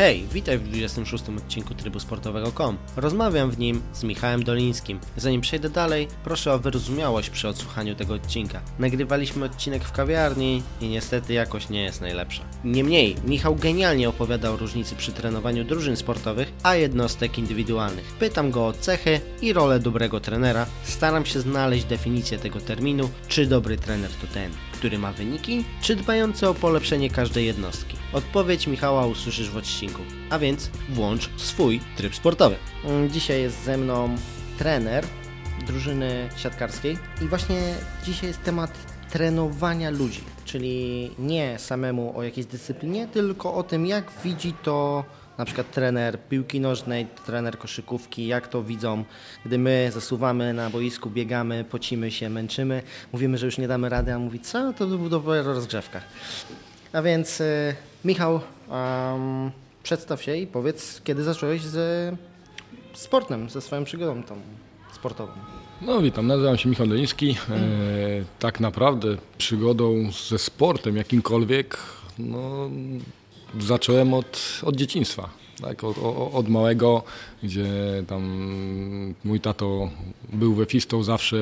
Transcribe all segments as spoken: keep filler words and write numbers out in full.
Hej, witaj w dwudziestym szóstym odcinku Trybu Sportowego kropka com. Rozmawiam w nim z Michałem Dolińskim. Zanim przejdę dalej, proszę o wyrozumiałość przy odsłuchaniu tego odcinka. Nagrywaliśmy odcinek w kawiarni i niestety jakość nie jest najlepsza. Niemniej, Michał genialnie opowiada o różnicy przy trenowaniu drużyn sportowych, a jednostek indywidualnych. Pytam go o cechy i rolę dobrego trenera. Staram się znaleźć definicję tego terminu, czy dobry trener to ten, który ma wyniki, czy dbający o polepszenie każdej jednostki. Odpowiedź Michała usłyszysz w odcinku, a więc włącz swój tryb sportowy. Dzisiaj jest ze mną trener drużyny siatkarskiej i właśnie dzisiaj jest temat trenowania ludzi, czyli nie samemu o jakiejś dyscyplinie, tylko o tym, jak widzi to na przykład trener piłki nożnej, trener koszykówki, jak to widzą, gdy my zasuwamy na boisku, biegamy, pocimy się, męczymy, mówimy, że już nie damy rady, a mówi, co, to był dopiero rozgrzewka. A więc y, Michał, um, przedstaw się i powiedz, kiedy zacząłeś ze sportem, ze swoją przygodą tą sportową. No witam, nazywam się Michał Doliński. E, tak naprawdę przygodą ze sportem jakimkolwiek no, zacząłem od, od dzieciństwa. Tak, od, od małego, gdzie tam mój tato był wefistą zawsze.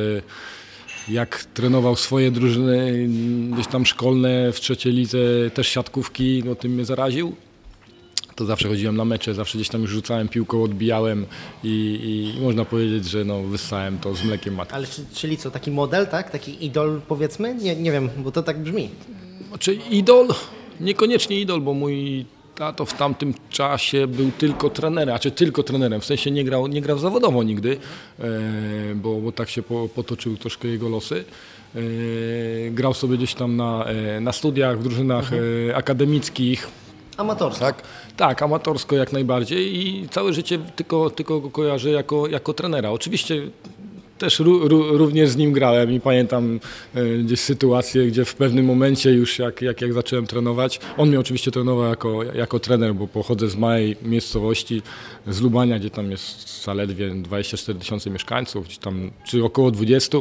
Jak trenował swoje drużyny gdzieś tam szkolne w trzeciej lidze, też siatkówki, no tym mnie zaraził. To zawsze chodziłem na mecze, zawsze gdzieś tam już rzucałem piłką, odbijałem i, i można powiedzieć, że no wyssałem to z mlekiem matki. Ale czyli co, taki model, tak? Taki idol powiedzmy? Nie, nie wiem, bo to tak brzmi. Znaczy idol? Niekoniecznie idol, bo mój tato w tamtym czasie był tylko trenerem, a czy tylko trenerem, w sensie nie grał, nie grał zawodowo nigdy, e, bo, bo tak się po, potoczyły troszkę jego losy. E, grał sobie gdzieś tam na, e, na studiach, w drużynach mhm. e, akademickich. Amatorsko. Tak, tak, amatorsko jak najbardziej i całe życie tylko, tylko go kojarzę jako, jako trenera. Oczywiście też ró, ró, również z nim grałem i pamiętam e, gdzieś sytuację, gdzie w pewnym momencie już jak, jak, jak zacząłem trenować, on mnie oczywiście trenował jako, jako trener, bo pochodzę z małej miejscowości, z Lubania, gdzie tam jest zaledwie dwadzieścia cztery tysiące mieszkańców, gdzieś tam, czy około dwadzieścia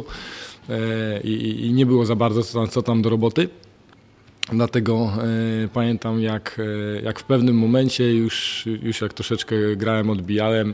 e, i, i nie było za bardzo co tam, co tam do roboty. Dlatego e, pamiętam jak, e, jak w pewnym momencie już, już jak troszeczkę grałem, odbijałem e,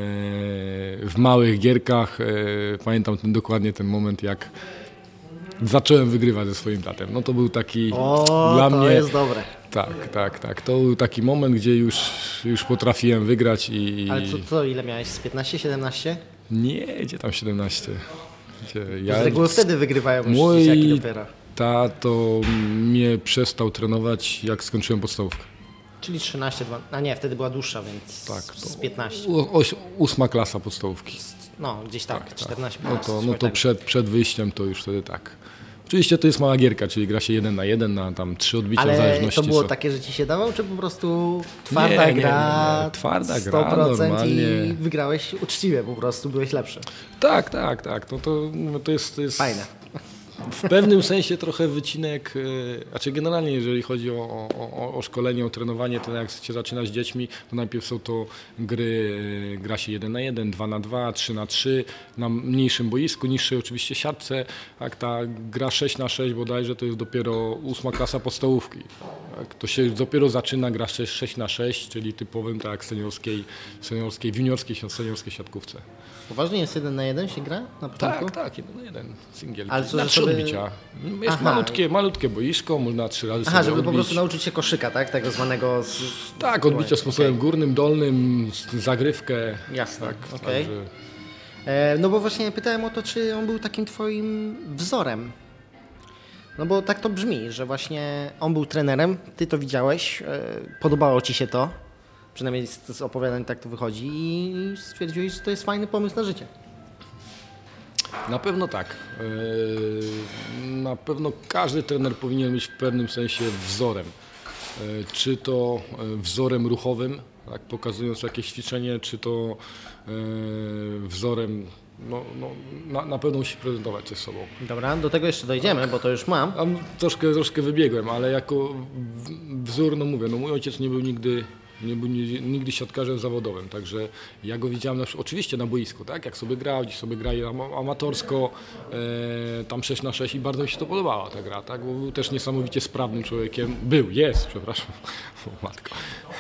w małych gierkach. E, pamiętam ten, dokładnie ten moment, jak zacząłem wygrywać ze swoim bratem. No to był taki o, dla to mnie... jest dobre. Tak, tak, tak. To był taki moment, gdzie już, już potrafiłem wygrać i... Ale co, co ile miałeś? Z piętnaście, siedemnaście? Nie, gdzie tam siedemnaście. Gdzie ja... Z reguły wtedy wygrywają już Mój... dzieciaki dopiero. Tato mnie przestał trenować, jak skończyłem podstawówkę. Czyli trzynaście, dwanaście, a nie, wtedy była dłuższa, więc tak, z piętnaście. Oś, ósma klasa podstawówki. No, gdzieś tak, tak czternaście, tak. No to, no to przed, przed wyjściem to już wtedy tak. Oczywiście to jest mała gierka, czyli gra się jeden na jeden, na tam trzy odbicia ale w zależności. Ale to było co... takie, że ci się dawał, czy po prostu twarda nie, gra, nie, nie. Twarda sto procent gra, normalnie. I wygrałeś uczciwie, po prostu byłeś lepszy. Tak, tak, tak. No to, no to jest, to jest... Fajne. W pewnym sensie trochę wycinek, znaczy generalnie jeżeli chodzi o, o, o szkolenie, o trenowanie, to jak się zaczyna z dziećmi, to najpierw są to gry, gra się jeden na jeden, dwa na dwa, trzy na trzy, na mniejszym boisku, niższej oczywiście siatce, jak ta gra sześć na sześć bodajże to jest dopiero ósma klasa podstawówki. Tak, to się dopiero zaczyna gra sześć na sześć, czyli typowym tak seniorskiej, seniorskiej, w juniorskiej, seniorskiej siatkówce. Poważnie jest jeden na jeden się gra na początku? Tak, tak, jeden na jeden, singiel. Ale co, na trzy sobie... odbicia. Jest Aha. malutkie, malutkie boisko, można trzy razy Aha, sobie żeby odbić. po prostu nauczyć się koszyka, tak? Tego zwanego... Z... Tak, odbicia sposobem okay. górnym, dolnym, zagrywkę. Jasne, tak, okej. Okay. Także... E, no bo właśnie pytałem o to, czy on był takim twoim wzorem. No bo tak to brzmi, że właśnie on był trenerem, ty to widziałeś, e, podobało ci się to. Przynajmniej z, z opowiadań tak to wychodzi i stwierdziłeś, że to jest fajny pomysł na życie. Na pewno tak. Na pewno każdy trener powinien być w pewnym sensie wzorem. Czy to wzorem ruchowym, tak, pokazując jakieś ćwiczenie, czy to wzorem, no, no, na, na pewno musi prezentować się z sobą. Dobra, do tego jeszcze dojdziemy, tak. Bo to już mam. A troszkę, troszkę wybiegłem, ale jako wzór, no mówię, no mój ojciec nie był nigdy Nie był nie, nigdy siatkarzem zawodowym, także ja go widziałem na, oczywiście na boisku, tak? Jak sobie grał, gdzieś sobie grali amatorsko, e, tam sześć na sześć i bardzo mi się to podobała ta gra, tak? Bo był też niesamowicie sprawnym człowiekiem. Był, jest, przepraszam, o matko.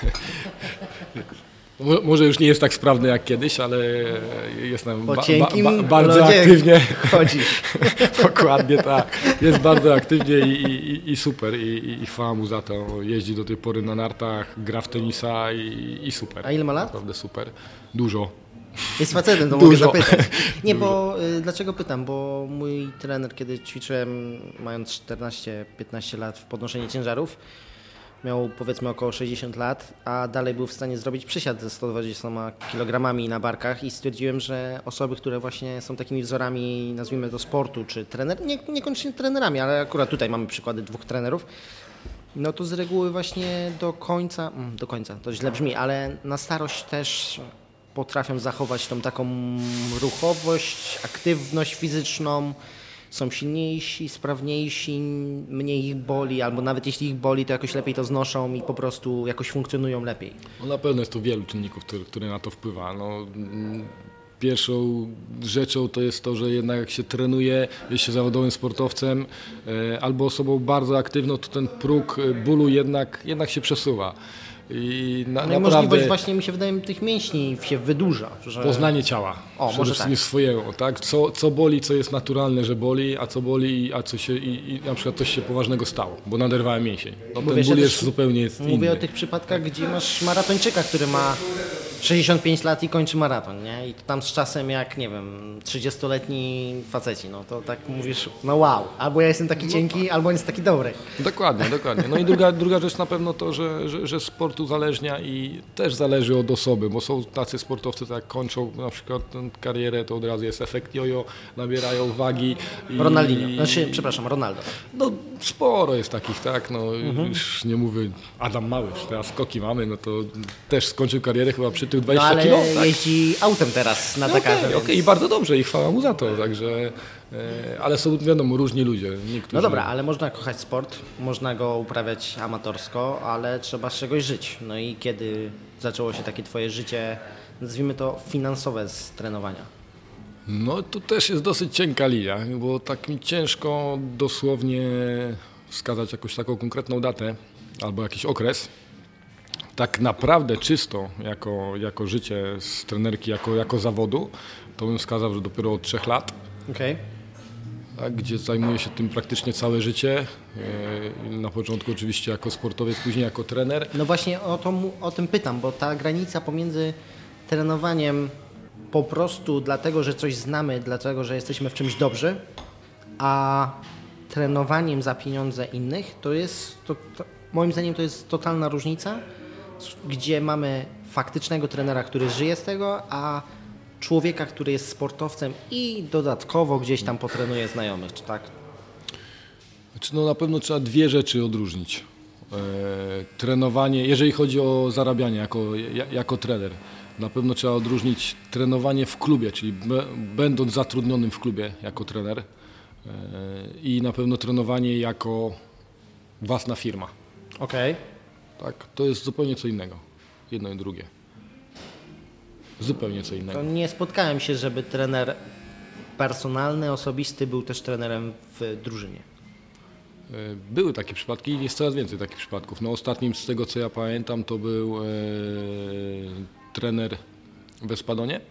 Może już nie jest tak sprawny jak kiedyś, ale jest nam ba, ba, ba, bardzo aktywnie. Chodzisz. Dokładnie tak. Jest bardzo aktywnie i, i, i super. I, i chwała mu za to. Jeździ do tej pory na nartach, gra w tenisa i, i super. A ile ma lat? Naprawdę super. Dużo. Jest facetem, to mogę zapytać. Nie, bo y, dlaczego pytam? Bo mój trener, kiedy ćwiczyłem, mając czternaście piętnaście lat w podnoszeniu ciężarów, miał powiedzmy około sześćdziesiąt lat, a dalej był w stanie zrobić przysiad ze sto dwudziestoma kilogramami na barkach i stwierdziłem, że osoby, które właśnie są takimi wzorami, nazwijmy to sportu, czy trener, nie, niekoniecznie trenerami, ale akurat tutaj mamy przykłady dwóch trenerów, no to z reguły właśnie do końca, do końca, to źle brzmi, ale na starość też potrafią zachować tą taką ruchowość, aktywność fizyczną, są silniejsi, sprawniejsi, mniej ich boli, albo nawet jeśli ich boli, to jakoś lepiej to znoszą i po prostu jakoś funkcjonują lepiej. No na pewno jest to wielu czynników, które, które na to wpływa. No, pierwszą rzeczą to jest to, że jednak jak się trenuje, jest się zawodowym sportowcem e, albo osobą bardzo aktywną, to ten próg bólu jednak, jednak się przesuwa. I na, no i możliwość właśnie, mi się wydaje, tych mięśni się wydłuża. Że... Poznanie ciała. O, przede może wszystkim tak. swojego, tak? Co, co boli, co jest naturalne, że boli, a co boli, a co się i, i na przykład coś się poważnego stało, bo naderwałem mięsień. No, ten wiesz, ból ja jest zupełnie jest mówię inny. o tych przypadkach, gdzie masz maratończyka, który ma sześćdziesiąt pięć lat i kończy maraton, nie? I to tam z czasem jak, nie wiem, trzydziestoletni faceci, no to tak mówisz, no wow, albo ja jestem taki cienki, albo on jest taki dobry. Dokładnie, dokładnie. No i druga, druga rzecz na pewno to, że, że, że sport uzależnia i też zależy od osoby, bo są tacy sportowcy, tak jak kończą na przykład tę karierę, to od razu jest efekt jojo, nabierają wagi. I... Ronaldinho, znaczy, przepraszam, Ronaldo. No sporo jest takich, tak, no mhm. już nie mówię, Adam Małysz, teraz skoki mamy, no to też skończył karierę chyba przy tych dwudziestu no, ale kilo, tak? jeździ autem teraz na no Dakarze. Okej, okay, więc... okay. I bardzo dobrze i chwała mu za to, także, e, ale są wiadomo różni ludzie. Niektórzy... No dobra, ale można kochać sport, można go uprawiać amatorsko, ale trzeba z czegoś żyć. No i kiedy zaczęło się takie twoje życie, nazwijmy to finansowe z trenowania? No to też jest dosyć cienka linia, bo tak mi ciężko dosłownie wskazać jakąś taką konkretną datę albo jakiś okres. Tak naprawdę czysto jako, jako życie z trenerki, jako, jako zawodu, to bym wskazał, że dopiero od trzech lat, okay. tak, gdzie zajmuję się tym praktycznie całe życie. Na początku oczywiście jako sportowiec, później jako trener. No właśnie o, to, o tym pytam, bo ta granica pomiędzy trenowaniem po prostu dlatego, że coś znamy, dlatego, że jesteśmy w czymś dobrzy, a trenowaniem za pieniądze innych, to jest, to, to, moim zdaniem to jest totalna różnica, gdzie mamy faktycznego trenera, który żyje z tego, a człowieka, który jest sportowcem i dodatkowo gdzieś tam potrenuje znajomych, czy tak? Znaczy, no na pewno trzeba dwie rzeczy odróżnić. E, trenowanie, jeżeli chodzi o zarabianie jako, jako trener, na pewno trzeba odróżnić trenowanie w klubie, czyli b, będąc zatrudnionym w klubie jako trener e, i na pewno trenowanie jako własna firma. Okej. Okay. Tak, to jest zupełnie co innego. Jedno i drugie. Zupełnie co innego. To nie spotkałem się, żeby trener personalny, osobisty był też trenerem w drużynie. Były takie przypadki i jest coraz więcej takich przypadków. No ostatnim z tego, co ja pamiętam, to był e, trener w Espadonie.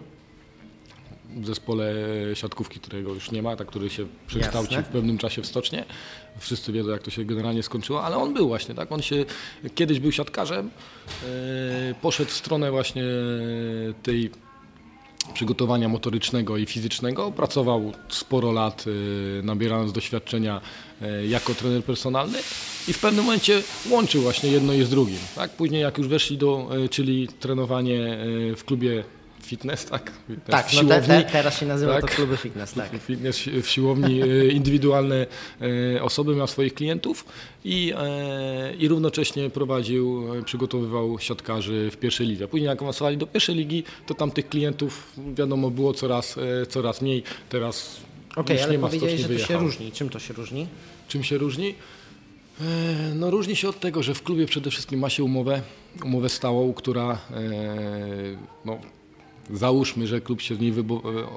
W zespole siatkówki, którego już nie ma, tak, który się przekształcił w pewnym czasie w Stocznie. Wszyscy wiedzą, jak to się generalnie skończyło, ale on był właśnie, tak, on się kiedyś był siatkarzem, e, poszedł w stronę właśnie tej przygotowania motorycznego i fizycznego, pracował sporo lat, e, nabierając doświadczenia e, jako trener personalny i w pewnym momencie łączył właśnie jedno i z drugim, tak, później jak już weszli do, e, czyli trenowanie e, w klubie fitness, tak? Fitness tak, w no siłowni, te, te, teraz się nazywa tak? to kluby fitness, tak. Fitness w siłowni, indywidualne osoby, miał swoich klientów i, i równocześnie prowadził, przygotowywał siatkarzy w pierwszej lidze. Później jak awansowali do pierwszej ligi, to tam tych klientów wiadomo było coraz, coraz mniej, teraz Okej, już ale nie ma powiedziałeś, że to wyjechało. się różni. Czym to się różni? Czym się różni? No różni się od tego, że w klubie przede wszystkim ma się umowę, umowę stałą, która no, załóżmy, że klub się z niej wybo-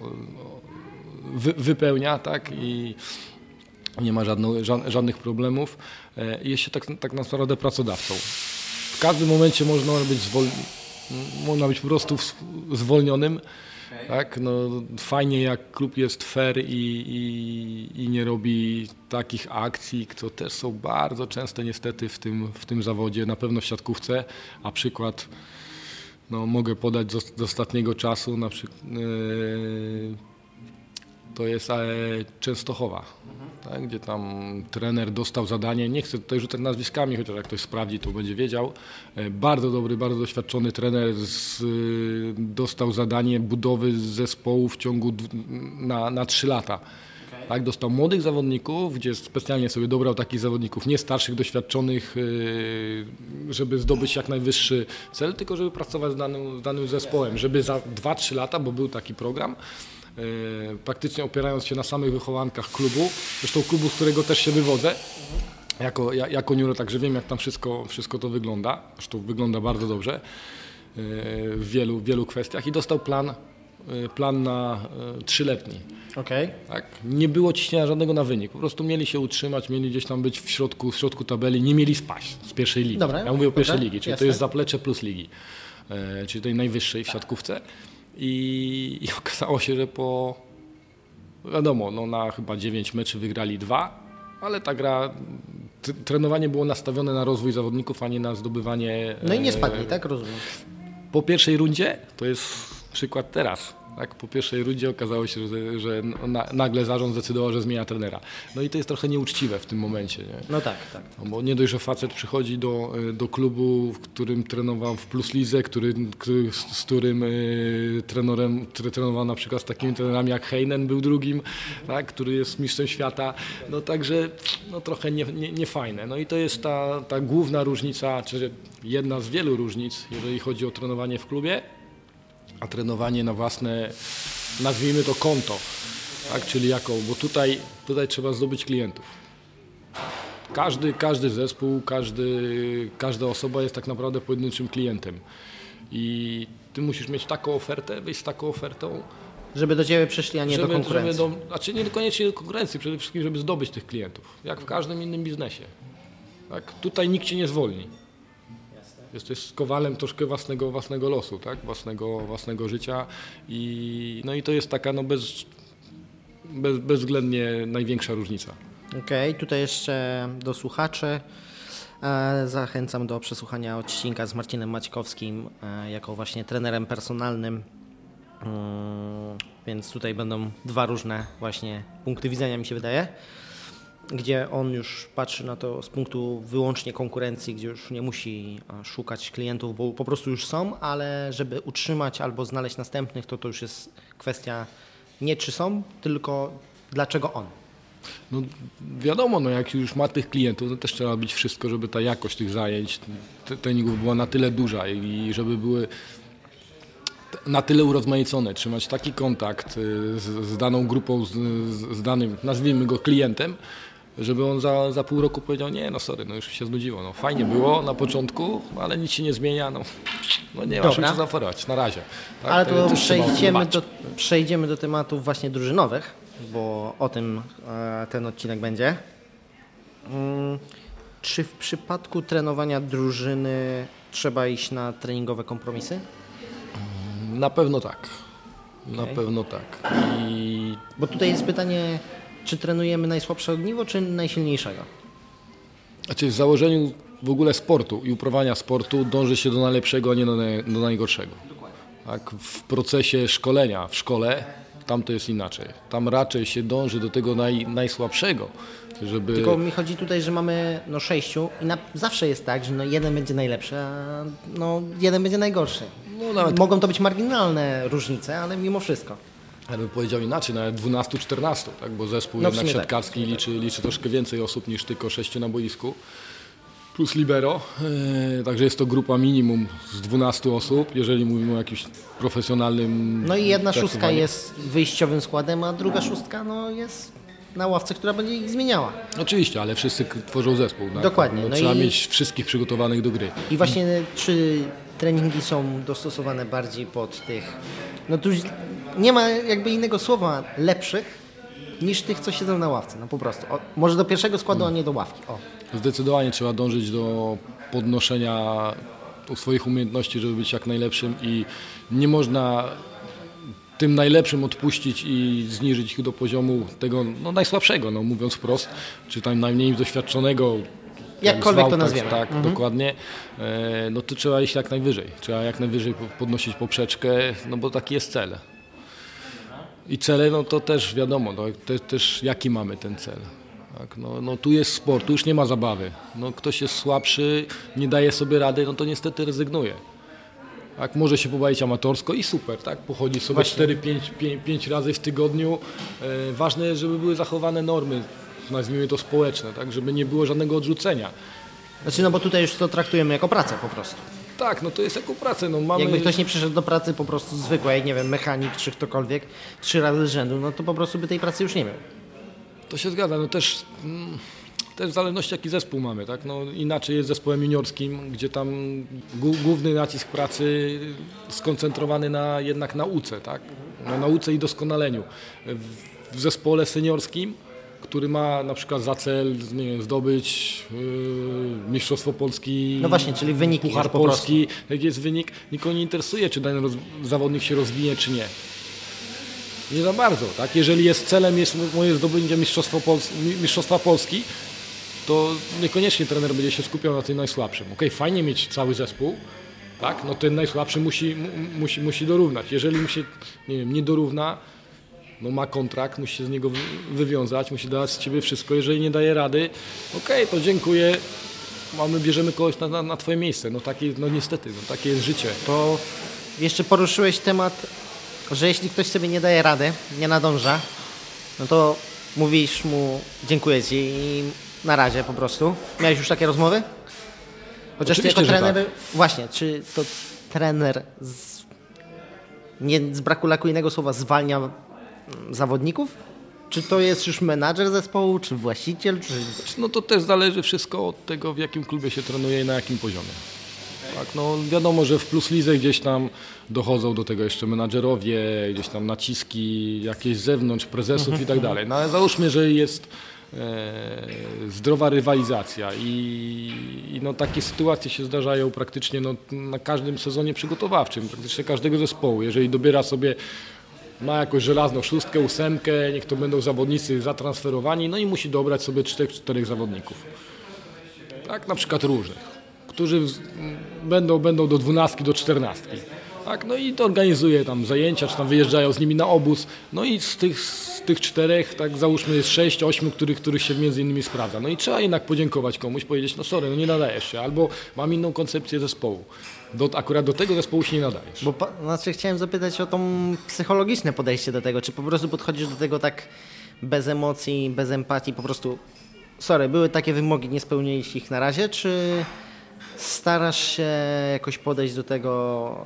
wy- wypełnia, tak, i nie ma żadno, żadnych problemów. Jest się tak, tak naprawdę pracodawcą. W każdym momencie można być, zwol- można być po prostu zwolnionym. Tak, no, fajnie jak klub jest fair i, i, i nie robi takich akcji, które też są bardzo częste niestety w tym, w tym zawodzie, na pewno w siatkówce, a przykład no, mogę podać z, z ostatniego czasu, na przykład, yy, to jest e, Częstochowa, tak, gdzie tam trener dostał zadanie, nie chcę tutaj rzucać nazwiskami, chociaż jak ktoś sprawdzi, to będzie wiedział. E, bardzo dobry, bardzo doświadczony trener z, e, dostał zadanie budowy zespołu w ciągu d- na, na trzy lata. Okay. Tak, dostał młodych zawodników, gdzie specjalnie sobie dobrał takich zawodników, nie starszych, doświadczonych, e, żeby zdobyć jak najwyższy cel, tylko żeby pracować z danym, z danym zespołem, żeby za dwa trzy lata, bo był taki program, praktycznie opierając się na samych wychowankach klubu, zresztą klubu, z którego też się wywodzę, jako, jako junior, także wiem jak tam wszystko, wszystko to wygląda, zresztą wygląda bardzo dobrze w wielu, wielu kwestiach i dostał plan, plan na trzyletni. Okay. Tak? Nie było ciśnienia żadnego na wynik, po prostu mieli się utrzymać, mieli gdzieś tam być w środku, w środku tabeli, nie mieli spaść z pierwszej ligi. Dobra, ja mówię o pierwszej dobra, ligi, czyli jasne. to jest zaplecze plus ligi, czyli tej najwyższej w siatkówce. I, I okazało się, że po, wiadomo, no na chyba dziewięć meczy wygrali dwa, ale ta gra, t- trenowanie było nastawione na rozwój zawodników, a nie na zdobywanie... No i nie spadli, e, tak? Rozumiem. Po pierwszej rundzie, to jest przykład teraz, tak? Po pierwszej rundzie okazało się, że, że na, nagle zarząd zdecydował, że zmienia trenera. No i to jest trochę nieuczciwe w tym momencie. Nie? No tak, tak. No bo nie dość, że facet przychodzi do, do klubu, w którym trenował w Plus Lidze, który, który, z którym y, trenerem, który trenował na przykład z takimi trenerami jak Heinen był drugim, tak? Który jest mistrzem świata. No także no, trochę nie, nie, nie fajne. No i to jest ta, ta główna różnica, czy jedna z wielu różnic, jeżeli chodzi o trenowanie w klubie, a trenowanie na własne, nazwijmy to konto, tak, czyli jako, bo tutaj, tutaj trzeba zdobyć klientów. Każdy, każdy zespół, każdy, każda osoba jest tak naprawdę pojedynczym klientem i ty musisz mieć taką ofertę, wyjść z taką ofertą, żeby do ciebie przyszli, a nie żeby, do konkurencji. Żeby do, znaczy nie niekoniecznie do konkurencji, przede wszystkim, żeby zdobyć tych klientów, jak w każdym innym biznesie. Tak, tutaj nikt cię nie zwolni. Jesteś kowalem troszkę własnego, własnego losu, tak? własnego, własnego życia i, no i to jest taka no bez, bez, bezwzględnie największa różnica. Okej, okay, tutaj jeszcze do słuchaczy e, zachęcam do przesłuchania odcinka z Marcinem Maćkowskim e, jako właśnie trenerem personalnym, mm, więc tutaj będą dwa różne właśnie punkty widzenia, mi się wydaje, gdzie on już patrzy na to z punktu wyłącznie konkurencji, gdzie już nie musi szukać klientów, bo po prostu już są, ale żeby utrzymać albo znaleźć następnych, to to już jest kwestia nie czy są, tylko dlaczego on. No wiadomo, no jak już ma tych klientów, to też trzeba robić wszystko, żeby ta jakość tych zajęć, treningów była na tyle duża i żeby były na tyle urozmaicone, trzymać taki kontakt z, z daną grupą, z, z danym, nazwijmy go klientem, żeby on za, za pół roku powiedział, nie, no sorry, no już się znudziło, no fajnie było na początku, ale nic się nie zmienia, no, no nie ma co zaoferować, na razie. Tak? Ale to, to przejdziemy do, przejdziemy do tematów właśnie drużynowych, bo o tym e, ten odcinek będzie. Hmm, czy w przypadku trenowania drużyny trzeba iść na treningowe kompromisy? Na pewno tak. Na okay. pewno tak. I... Bo tutaj jest pytanie, czy trenujemy najsłabsze ogniwo, czy najsilniejszego? Znaczy w założeniu w ogóle sportu i uprawiania sportu dąży się do najlepszego, a nie do, naj, do najgorszego. Dokładnie. Tak, w procesie szkolenia w szkole tam to jest inaczej. Tam raczej się dąży do tego naj, najsłabszego. Żeby... Tylko mi chodzi tutaj, że mamy no, sześciu i na, zawsze jest tak, że no, jeden będzie najlepszy, a no, jeden będzie najgorszy. No, nawet... Mogą to być marginalne różnice, ale mimo wszystko. Ja bym powiedział inaczej, nawet dwunastu czternastu, tak? Bo zespół no, jednak siatkarski tak, liczy, liczy troszkę więcej osób niż tylko sześciu na boisku. Plus libero, yy, także jest to grupa minimum z dwunastu osób, jeżeli mówimy o jakimś profesjonalnym... No i jedna szóstka jest wyjściowym składem, a druga szóstka no, jest na ławce, która będzie ich zmieniała. Oczywiście, ale wszyscy k- tworzą zespół. Tak? Dokładnie. No, No trzeba i- mieć wszystkich przygotowanych do gry. I właśnie czy treningi są dostosowane bardziej pod tych, no tu już nie ma jakby innego słowa, lepszych niż tych, co siedzą na ławce, no po prostu. O, może do pierwszego składu, a nie do ławki. O. Zdecydowanie trzeba dążyć do podnoszenia swoich umiejętności, żeby być jak najlepszym i nie można tym najlepszym odpuścić i zniżyć ich do poziomu tego no, najsłabszego, no, mówiąc wprost, czy tam najmniej doświadczonego. Jakkolwiek zwał, to tak, nazwiemy. Tak, Mhm. dokładnie. E, no to trzeba iść jak najwyżej. Trzeba jak najwyżej podnosić poprzeczkę, no bo taki jest cel. I cele, no to też wiadomo, no, te, też jaki mamy ten cel. Tak, no, no tu jest sport, tu już nie ma zabawy. No, ktoś jest słabszy, nie daje sobie rady, no to niestety rezygnuje. Tak, może się pobawić amatorsko i super, tak? Pochodzi sobie cztery pięć razy w tygodniu. E, ważne jest, żeby były zachowane normy, nazwijmy to społeczne, tak? Żeby nie było żadnego odrzucenia. Znaczy, no bo tutaj już to traktujemy jako pracę po prostu. Tak, no to jest jako pracę. No, mamy... Jakby ktoś nie przyszedł do pracy po prostu zwykłej, nie wiem, mechanik czy ktokolwiek, trzy razy z rzędu, no to po prostu by tej pracy już nie miał. To się zgadza, no też, mm, też w zależności jaki zespół mamy, tak? No, inaczej jest zespołem juniorskim, gdzie tam głó- główny nacisk pracy skoncentrowany na jednak nauce, tak? Na nauce i doskonaleniu. W, w zespole seniorskim, który ma na przykład za cel, nie wiem, zdobyć yy, Mistrzostwo Polski, No właśnie, czyli wyniki Puchar już po prostu. Polski, jaki jest wynik, nikogo nie interesuje, czy dany roz- zawodnik się rozwinie, czy nie. Nie za bardzo, tak? Jeżeli jest celem jest moje zdobycie Mistrzostwa, Pols- Mistrzostwa Polski, to niekoniecznie trener będzie się skupiał na tym najsłabszym. Okej, fajnie mieć cały zespół, tak? No ten najsłabszy musi, mu, musi, musi dorównać. Jeżeli mu się nie wiem, nie dorówna, no ma kontrakt, musi się z niego wy- wywiązać, musi dać z ciebie wszystko. Jeżeli nie daje rady, okej, to dziękuję, mamy, bierzemy kogoś na, na, na twoje miejsce. No takie, no niestety, no takie jest życie. To jeszcze poruszyłeś temat, że jeśli ktoś sobie nie daje rady, nie nadąża, no to mówisz mu dziękuję ci i na razie po prostu. Miałeś już takie rozmowy? Chociaż ty Oczywiście, jako że trener, tak. właśnie, czy to trener z, nie z braku laku innego słowa zwalnia mm, zawodników? Czy to jest już menadżer zespołu, czy właściciel, czy... No to też zależy wszystko od tego, w jakim klubie się trenuje i na jakim poziomie. Tak, no wiadomo, że w Plus Lidze gdzieś tam dochodzą do tego jeszcze menadżerowie, gdzieś tam naciski jakieś z zewnątrz, prezesów i tak dalej. No ale załóżmy, że jest e, zdrowa rywalizacja i, i no, takie sytuacje się zdarzają praktycznie no, na każdym sezonie przygotowawczym, praktycznie każdego zespołu. Jeżeli dobiera sobie, ma jakąś żelazną szóstkę, ósemkę, niech to będą zawodnicy zatransferowani, no i musi dobrać sobie czterech, czterech zawodników. Tak, na przykład różnych, którzy w- będą, będą do dwunastki, do czternastki. Tak, no i to organizuje tam zajęcia, czy tam wyjeżdżają z nimi na obóz. No i z tych, z tych czterech, tak załóżmy jest sześć, ośmiu, których, których się między innymi sprawdza. No i trzeba jednak podziękować komuś, powiedzieć, no sorry, no nie nadajesz się, albo mam inną koncepcję zespołu. Do, akurat do tego zespołu się nie nadajesz. Bo pa- znaczy chciałem zapytać o to psychologiczne podejście do tego. Czy po prostu podchodzisz do tego tak bez emocji, bez empatii, po prostu sorry, były takie wymogi, nie spełniliście ich na razie, czy starasz się jakoś podejść do tego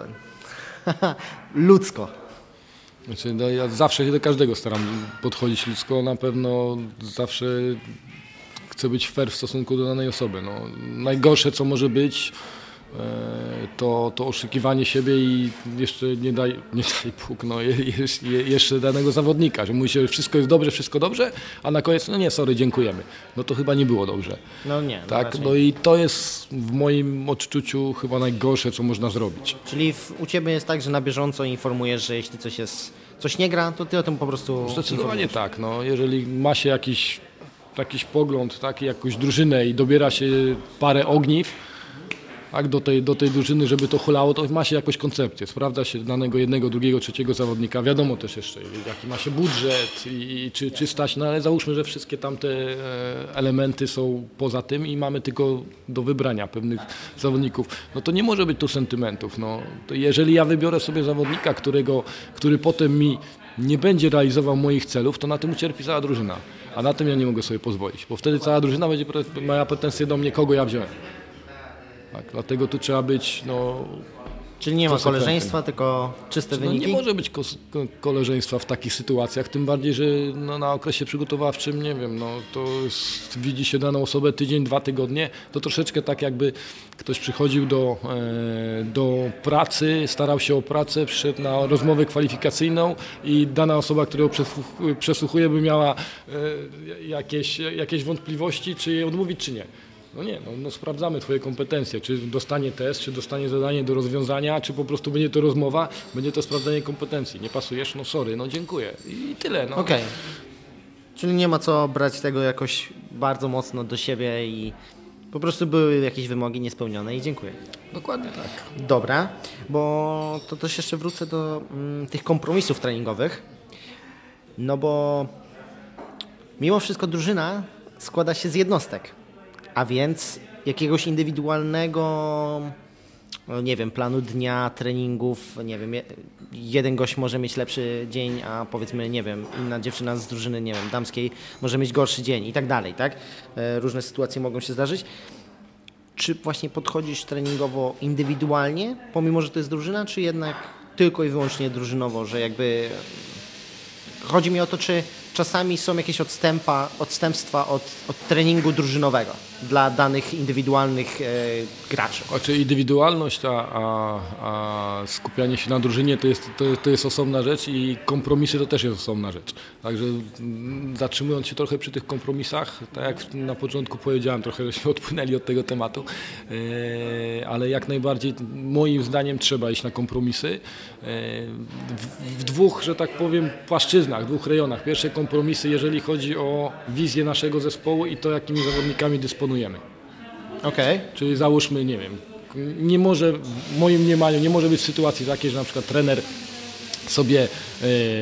e, ludzko? Znaczy, no, ja zawsze się do każdego staram podchodzić ludzko, na pewno zawsze chcę być fair w stosunku do danej osoby. No, najgorsze co może być e, to, to oszukiwanie siebie i jeszcze nie daj, nie daj Bóg, no, je, je, jeszcze danego zawodnika, że mówi się, że wszystko jest dobrze, wszystko dobrze, a na koniec, no nie, sorry, dziękujemy. No to chyba nie było dobrze. No nie. No Tak, raczej. no i to jest w moim odczuciu chyba najgorsze, co można zrobić. Czyli w, u Ciebie jest tak, że na bieżąco informujesz, że jeśli coś jest, coś nie gra, to Ty o tym po prostu Zdecydowanie informujesz. tak. No, jeżeli ma się jakiś, jakiś pogląd, tak, jakąś drużynę i dobiera się parę ogniw tak, do, tej, do tej drużyny, żeby to hulało, to ma się jakąś koncepcję. Sprawdza się danego jednego, drugiego, trzeciego zawodnika. Wiadomo też jeszcze, jaki ma się budżet i, i czy, czy stać, no ale załóżmy, że wszystkie tamte e, elementy są poza tym i mamy tylko do wybrania pewnych zawodników. No to nie może być tu sentymentów. No. To jeżeli ja wybiorę sobie zawodnika, którego, który potem mi nie będzie realizował moich celów, to na tym ucierpi cała drużyna. A na tym ja nie mogę sobie pozwolić, bo wtedy cała drużyna będzie miała pretensje do mnie, kogo ja wziąłem. Tak, dlatego tu trzeba być no, Czyli nie ma koleżeństwa, tylko czyste no, wyniki? Nie może być ko- ko- koleżeństwa w takich sytuacjach, tym bardziej, że no, na okresie przygotowawczym, nie wiem, no, to jest, widzi się daną osobę tydzień, dwa tygodnie, to troszeczkę tak jakby ktoś przychodził do, e, do pracy, starał się o pracę, przyszedł na rozmowę kwalifikacyjną i dana osoba, która ją przesłuch- przesłuchuje, by miała e, jakieś, jakieś wątpliwości, czy jej odmówić, czy nie. No nie, no, no sprawdzamy twoje kompetencje, czy dostanie test, czy dostanie zadanie do rozwiązania, czy po prostu będzie to rozmowa, będzie to sprawdzanie kompetencji. Nie pasujesz? No sorry, no dziękuję. I tyle. No. Okej. Okay. Czyli nie ma co brać tego jakoś bardzo mocno do siebie i po prostu były jakieś wymogi niespełnione i dziękuję. Dokładnie tak. Dobra, bo to też jeszcze wrócę do mm, tych kompromisów treningowych, no bo mimo wszystko drużyna składa się z jednostek. A więc jakiegoś indywidualnego, no nie wiem, planu dnia, treningów, nie wiem, jeden gość może mieć lepszy dzień, a powiedzmy, nie wiem, inna dziewczyna z drużyny, nie wiem, damskiej może mieć gorszy dzień i tak dalej, tak? Różne sytuacje mogą się zdarzyć. Czy właśnie podchodzisz treningowo indywidualnie, pomimo że to jest drużyna, czy jednak tylko i wyłącznie drużynowo, że jakby... Chodzi mi o to, czy czasami są jakieś odstępa, odstępstwa od, od treningu drużynowego dla danych indywidualnych e, graczy. Znaczy indywidualność, a, a, a skupianie się na drużynie to jest, to, to jest osobna rzecz i kompromisy to też jest osobna rzecz. Także m, zatrzymując się trochę przy tych kompromisach, tak jak na początku powiedziałem, trochę żeśmy odpłynęli od tego tematu, e, ale jak najbardziej moim zdaniem trzeba iść na kompromisy e, w, w dwóch, że tak powiem, płaszczyznach, dwóch rejonach. Pierwsze kompromisy, jeżeli chodzi o wizję naszego zespołu i to, jakimi zawodnikami dysponujemy. Okay. Czyli załóżmy, nie wiem, nie może, w moim mniemaniu, nie może być sytuacji takiej, że na przykład trener sobie e,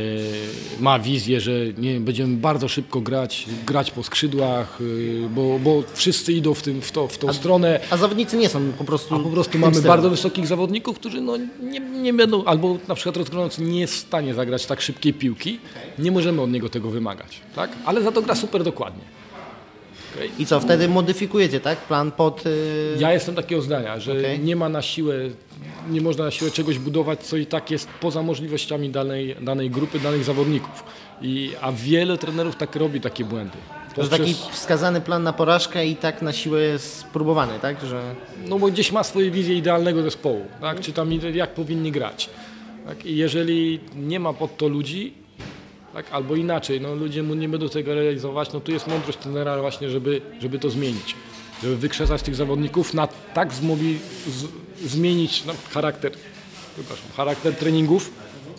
ma wizję, że nie wiem, będziemy bardzo szybko grać, grać po skrzydłach, e, bo, bo wszyscy idą w, tym, w, to, w tą a, stronę. A zawodnicy nie są po prostu... A po prostu mamy stylu. Bardzo wysokich zawodników, którzy no, nie, nie będą, albo na przykład rozgrywający nie jest w stanie zagrać tak szybkiej piłki. Nie możemy od niego tego wymagać, tak? Ale za to gra super dokładnie. Okay. I co, wtedy modyfikujecie, tak? Plan pod... Yy... Ja jestem takiego zdania, że okay. nie ma na siłę, nie można na siłę czegoś budować, co i tak jest poza możliwościami danej, danej grupy, danych zawodników. I, a wiele trenerów tak robi takie błędy. To że taki wskazany plan na porażkę i tak na siłę jest spróbowany, tak? Że... No bo gdzieś ma swoje wizję idealnego zespołu, tak? Czy tam jak powinni grać. Tak? I jeżeli nie ma pod to ludzi, tak, albo inaczej, no ludzie mu nie będą tego realizować, no tu jest mądrość trenera właśnie, żeby, żeby to zmienić. Żeby wykrzesać tych zawodników, na tak zmobi, z, zmienić no, charakter, przepraszam, charakter treningów,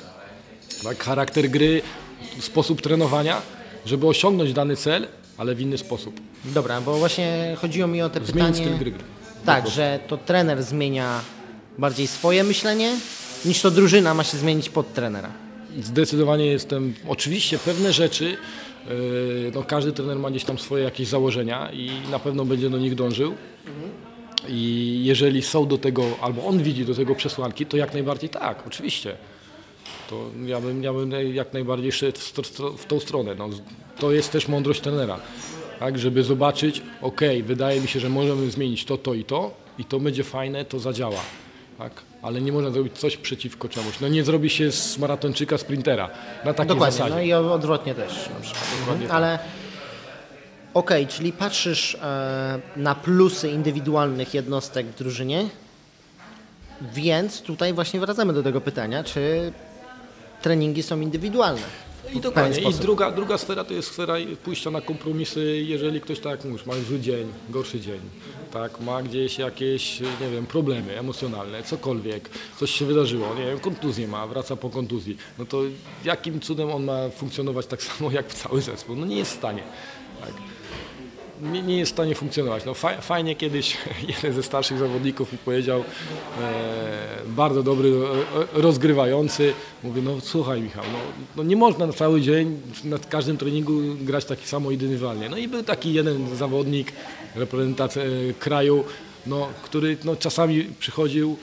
tak, charakter gry, sposób trenowania, żeby osiągnąć dany cel, ale w inny sposób. Dobra, bo właśnie chodziło mi o te Zmienić pytanie... styl gry. gry. Tak, że to trener zmienia bardziej swoje myślenie, niż to drużyna ma się zmienić pod trenera. Zdecydowanie jestem, oczywiście pewne rzeczy, yy, no każdy trener ma gdzieś tam swoje jakieś założenia i na pewno będzie do nich dążył. Mhm. I jeżeli są do tego, albo on widzi do tego przesłanki, to jak najbardziej tak, oczywiście. To ja bym, ja bym jak najbardziej szedł w, w tą stronę. No, to jest też mądrość trenera, tak, żeby zobaczyć, ok, wydaje mi się, że możemy zmienić to, to i to i to będzie fajne, to zadziała. Tak? Ale nie można zrobić coś przeciwko czemuś. No nie zrobi się z maratończyka sprintera na takiej Dokładnie, zasadzie. no i odwrotnie też na przykład. Mhm. Ale okej, okay, czyli patrzysz e, na plusy indywidualnych jednostek w drużynie, więc tutaj właśnie wracamy do tego pytania, czy treningi są indywidualne. I dokładnie. I druga, druga sfera to jest sfera pójścia na kompromisy, jeżeli ktoś, tak jak mówisz, ma zły dzień, gorszy dzień, tak, ma gdzieś jakieś, nie wiem, problemy emocjonalne, cokolwiek, coś się wydarzyło, nie wiem, kontuzję ma, wraca po kontuzji, no to jakim cudem on ma funkcjonować tak samo jak cały zespół? No nie jest w stanie. Tak. Nie, nie jest w stanie funkcjonować. No fajnie kiedyś jeden ze starszych zawodników mi powiedział, e, bardzo dobry e, rozgrywający, mówi, no słuchaj Michał, no, no nie można na cały dzień na każdym treningu grać tak samo indywidywalnie. No i był taki jeden zawodnik, reprezentant e, kraju, no, który no, czasami przychodził,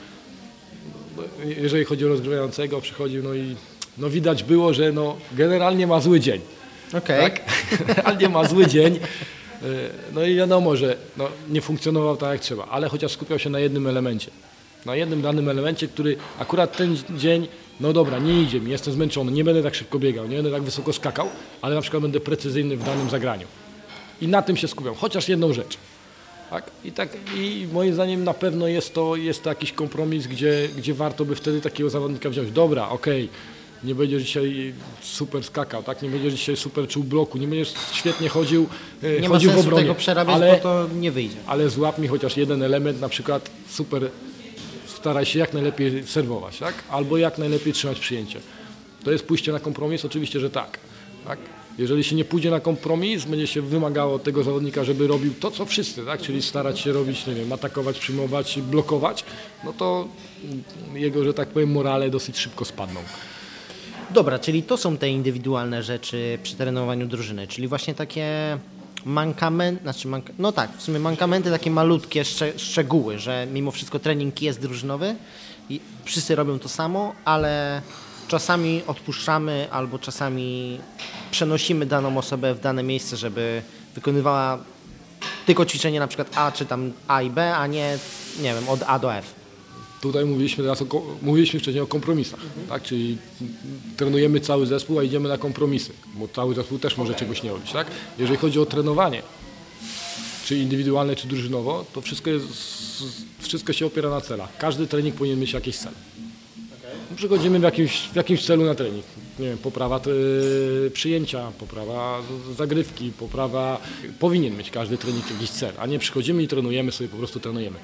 jeżeli chodzi o rozgrywającego, przychodził, no i no, widać było, że no, generalnie ma zły dzień. Okay. Tak? Generalnie ma zły dzień. No i wiadomo, że no, nie funkcjonował tak jak trzeba, ale chociaż skupiał się na jednym elemencie. na jednym danym elemencie, który akurat ten dzień, no dobra, nie idzie mi, jestem zmęczony, nie będę tak szybko biegał, nie będę tak wysoko skakał, ale na przykład będę precyzyjny w danym zagraniu. I na tym się skupiam, chociaż jedną rzecz. Tak? I, tak, I moim zdaniem na pewno jest to, jest to jakiś kompromis, gdzie, gdzie warto by wtedy takiego zawodnika wziąć. Dobra, okej, okay, nie będziesz dzisiaj super skakał, tak? Nie będziesz dzisiaj super czuł bloku, nie będziesz świetnie chodził, nie chodził ma w sensu obronie. tego przerabiać, ale, bo to nie wyjdzie. Ale złap mi chociaż jeden element, na przykład super, staraj się jak najlepiej serwować, tak? Albo jak najlepiej trzymać przyjęcie. To jest pójście na kompromis? Oczywiście, że tak. tak? Jeżeli się nie pójdzie na kompromis, będzie się wymagało od tego zawodnika, żeby robił to, co wszyscy, tak? Czyli starać się robić, nie wiem, atakować, przyjmować, blokować, no to jego, że tak powiem, morale dosyć szybko spadną. Dobra, czyli to są te indywidualne rzeczy przy trenowaniu drużyny, czyli właśnie takie mankamenty, znaczy mank- no tak, w sumie mankamenty, takie malutkie szcze- szczegóły, że mimo wszystko trening jest drużynowy i wszyscy robią to samo, ale czasami odpuszczamy albo czasami przenosimy daną osobę w dane miejsce, żeby wykonywała tylko ćwiczenie na przykład A czy tam A i B, a nie, nie wiem, od A do F. Tutaj mówiliśmy teraz o, mówiliśmy wcześniej o kompromisach, mhm. tak? Czyli trenujemy cały zespół, a idziemy na kompromisy, bo cały zespół też może okay. czegoś nie robić, tak? Jeżeli chodzi o trenowanie, czy indywidualne, czy drużynowo, to wszystko, jest, wszystko się opiera na celach. Każdy trening powinien mieć jakiś cel. Okay. Przychodzimy w jakimś, w jakimś celu na trening. Nie wiem, poprawa y, przyjęcia, poprawa zagrywki, poprawa... Powinien mieć każdy trening jakiś cel, a nie przychodzimy i trenujemy sobie, po prostu trenujemy.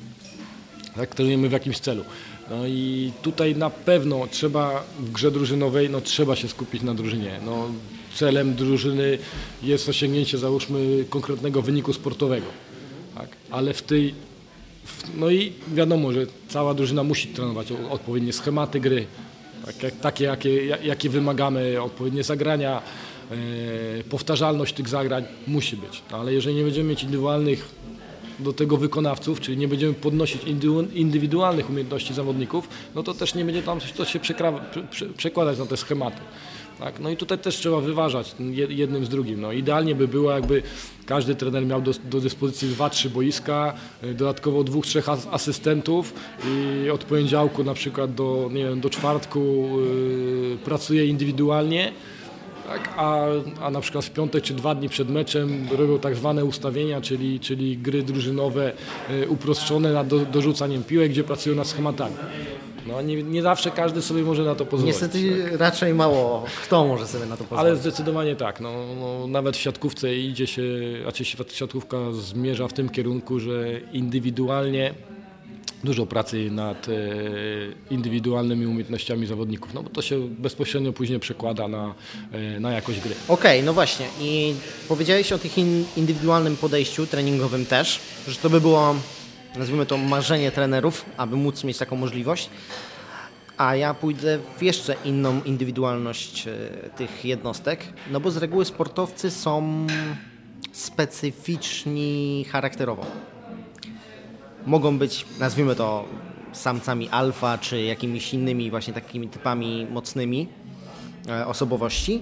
Tak, trenujemy w jakimś celu. No i tutaj na pewno trzeba w grze drużynowej, no trzeba się skupić na drużynie. No, celem drużyny jest osiągnięcie, załóżmy, konkretnego wyniku sportowego. Tak? Ale w tej, w, no i wiadomo, że cała drużyna musi trenować odpowiednie schematy gry, tak, jak, takie jakie, jakie wymagamy, odpowiednie zagrania, e, powtarzalność tych zagrań musi być. No, ale jeżeli nie będziemy mieć indywidualnych do tego wykonawców, czyli nie będziemy podnosić indywidualnych umiejętności zawodników, no to też nie będzie tam to się przekładać na te schematy. Tak? No i tutaj też trzeba wyważać jednym z drugim. No, idealnie by było, jakby każdy trener miał do, do dyspozycji dwa, trzy boiska, dodatkowo dwóch, trzech asystentów i od poniedziałku na przykład do, nie wiem, do czwartku yy, pracuje indywidualnie. Tak, a, a na przykład w piątek czy dwa dni przed meczem robią tak zwane ustawienia, czyli, czyli gry drużynowe y, uproszczone nad do, dorzucaniem piłek, gdzie pracują nad schematami. No, nie, nie zawsze każdy sobie może na to pozwolić. Niestety tak. raczej mało kto może sobie na to pozwolić. Ale zdecydowanie tak. No, no, nawet w siatkówce idzie się, raczej siatkówka zmierza w tym kierunku, że indywidualnie dużo pracy nad e, indywidualnymi umiejętnościami zawodników, no bo to się bezpośrednio później przekłada na, e, na jakość gry. Okej, okay, no właśnie i powiedziałeś o tych in, indywidualnym podejściu treningowym też, że to by było, nazwijmy to, marzenie trenerów, aby móc mieć taką możliwość, a ja pójdę w jeszcze inną indywidualność e, tych jednostek, no bo z reguły sportowcy są specyficzni charakterowo. Mogą być, nazwijmy to, samcami alfa, czy jakimiś innymi właśnie takimi typami mocnymi e, osobowości.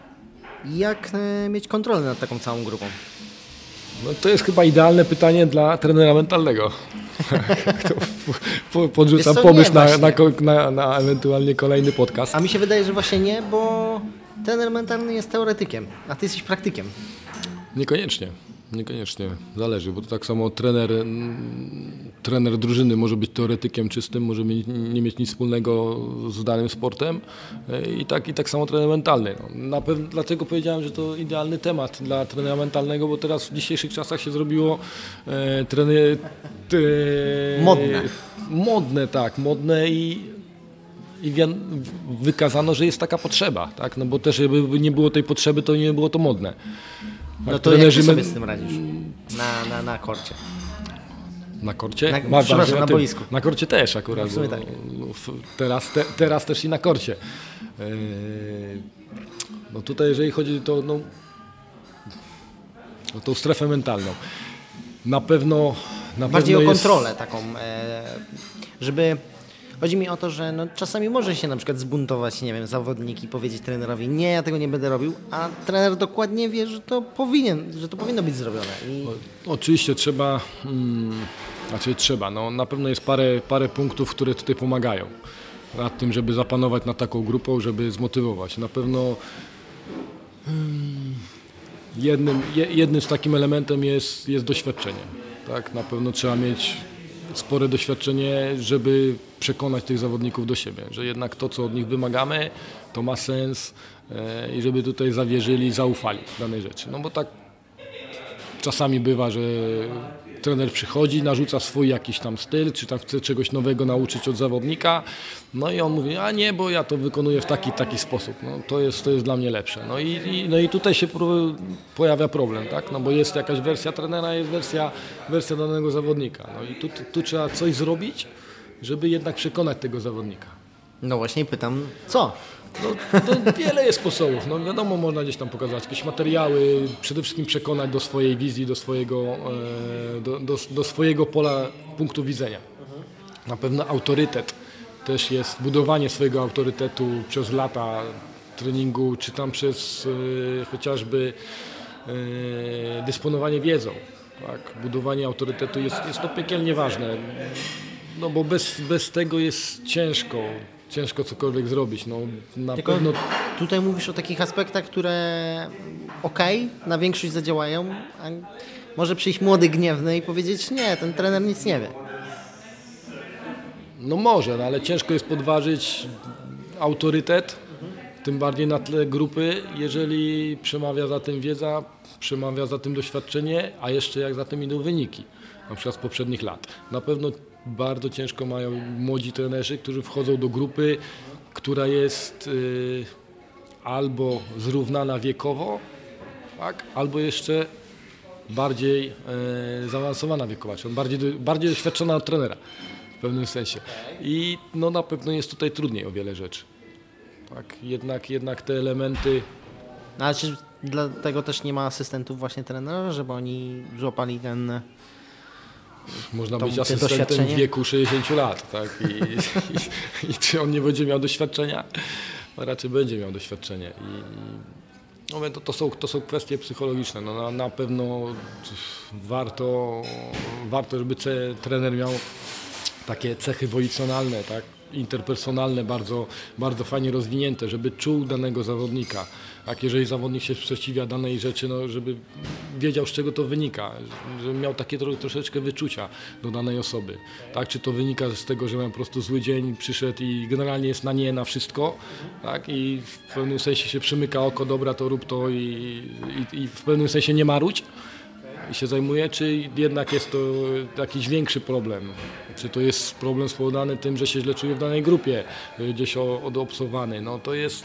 Jak e, mieć kontrolę nad taką całą grupą? No to jest chyba idealne pytanie dla trenera mentalnego. To po, podrzucam co, pomysł na, na, na, na ewentualnie kolejny podcast. A mi się wydaje, że właśnie nie, bo trener mentalny jest teoretykiem, a ty jesteś praktykiem. Niekoniecznie. Niekoniecznie, zależy, bo to tak samo trener, trener drużyny może być teoretykiem czystym, może mieć, nie mieć nic wspólnego z danym sportem i tak, i tak samo trener mentalny. No, na pewno, dlatego powiedziałem, że to idealny temat dla trenera mentalnego, bo teraz w dzisiejszych czasach się zrobiło e, trener, e, modne. Modne, tak, modne i I wykazano, że jest taka potrzeba, tak? No bo też jakby nie było tej potrzeby, to nie było to modne. No to jak ty sobie z tym radzisz? Na, na, na korcie. Na korcie? Na, Ma, przepraszam, na, na tym, boisku. Na korcie też akurat. No w sumie tak. Teraz, te, teraz też i na korcie. No tutaj jeżeli chodzi o to, no, o tą strefę mentalną, na pewno na Bardziej pewno o jest... kontrolę taką, żeby... Chodzi mi o to, że no, czasami może się na przykład zbuntować, nie wiem, zawodnik i powiedzieć trenerowi, nie, ja tego nie będę robił, a trener dokładnie wie, że to powinien, że to powinno być zrobione. I... O, oczywiście trzeba, hmm, Znaczy trzeba, no na pewno jest parę, parę punktów, które tutaj pomagają nad tym, żeby zapanować nad taką grupą, żeby zmotywować. Na pewno hmm, jednym, jednym z takim elementem jest, jest doświadczenie. Tak? Na pewno trzeba mieć spore doświadczenie, żeby przekonać tych zawodników do siebie, że jednak to, co od nich wymagamy, to ma sens e, i żeby tutaj zawierzyli, zaufali danej rzeczy. No bo tak czasami bywa, że trener przychodzi, narzuca swój jakiś tam styl, czy tam chce czegoś nowego nauczyć od zawodnika, no i on mówi, a nie, bo ja to wykonuję w taki, taki sposób, no to jest, to jest dla mnie lepsze. No i, i, no i tutaj się pojawia problem, tak, no bo jest jakaś wersja trenera, jest wersja, wersja danego zawodnika, no i tu, tu, tu trzeba coś zrobić, żeby jednak przekonać tego zawodnika. No właśnie pytam, co? No, to wiele jest sposobów. No wiadomo, można gdzieś tam pokazać jakieś materiały, przede wszystkim przekonać do swojej wizji, do swojego, e, do, do, do swojego pola punktu widzenia. Na pewno autorytet też jest, budowanie swojego autorytetu przez lata treningu, czy tam przez e, chociażby e, dysponowanie wiedzą. Tak? Budowanie autorytetu jest, jest to piekielnie ważne, no bo bez, bez tego jest ciężko. Ciężko cokolwiek zrobić. No, na Tylko pewno... tutaj mówisz o takich aspektach, które okej, okay, na większość zadziałają, a może przyjść młody gniewny i powiedzieć, nie, ten trener nic nie wie. No może, no, ale ciężko jest podważyć autorytet, mhm. tym bardziej na tle grupy, jeżeli przemawia za tym wiedza, przemawia za tym doświadczenie, a jeszcze jak za tym idą wyniki, na przykład z poprzednich lat. Na pewno bardzo ciężko mają młodzi trenerzy, którzy wchodzą do grupy, która jest y, albo zrównana wiekowo, tak, albo jeszcze bardziej y, zaawansowana wiekowo, czyli bardziej, bardziej doświadczona od trenera w pewnym sensie. I no, na pewno jest tutaj trudniej o wiele rzeczy. Tak, jednak, jednak te elementy... No, ale czy dlatego też nie ma asystentów właśnie trenera, żeby oni złapali ten... Można to, być asystentem w wieku sześćdziesięciu lat, tak? I, i, i czy on nie będzie miał doświadczenia? No raczej będzie miał doświadczenie. I, no, to, to, są, to są kwestie psychologiczne. No, na, na pewno warto, warto, żeby trener miał takie cechy wolicjonalne, tak? Interpersonalne, bardzo, bardzo fajnie rozwinięte, żeby czuł danego zawodnika. Tak, jeżeli zawodnik się sprzeciwia danej rzeczy, no, żeby wiedział, z czego to wynika, żeby miał takie tro, troszeczkę wyczucia do danej osoby. Tak, czy to wynika z tego, że miał po prostu zły dzień, przyszedł i generalnie jest na nie, na wszystko, tak, i w pewnym sensie się przymyka oko, dobra, to rób to i, i, i w pewnym sensie nie marudź i się zajmuje, czy jednak jest to jakiś większy problem? Czy to jest problem spowodowany tym, że się źle czuje w danej grupie, gdzieś odobsowany? No to jest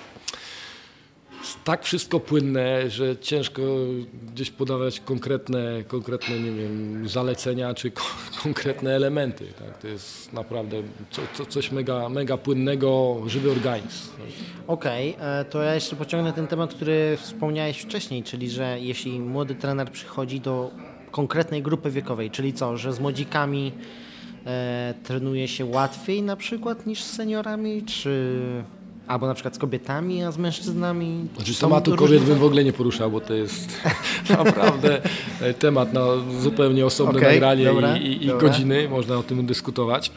tak wszystko płynne, że ciężko gdzieś podawać konkretne, konkretne nie wiem, zalecenia czy ko- konkretne elementy. Tak? To jest naprawdę co, co, coś mega, mega płynnego, żywy organizm. Okej, okay, to ja jeszcze pociągnę ten temat, który wspomniałeś wcześniej, czyli że jeśli młody trener przychodzi do konkretnej grupy wiekowej, czyli co, że z młodzikami e, trenuje się łatwiej na przykład niż z seniorami, czy... Albo na przykład z kobietami, a z mężczyznami? Znaczy, tematu kobiet bym w ogóle nie poruszał, bo to jest naprawdę temat na zupełnie osobne okay, nagranie dobra, i, i, i godziny, można o tym dyskutować.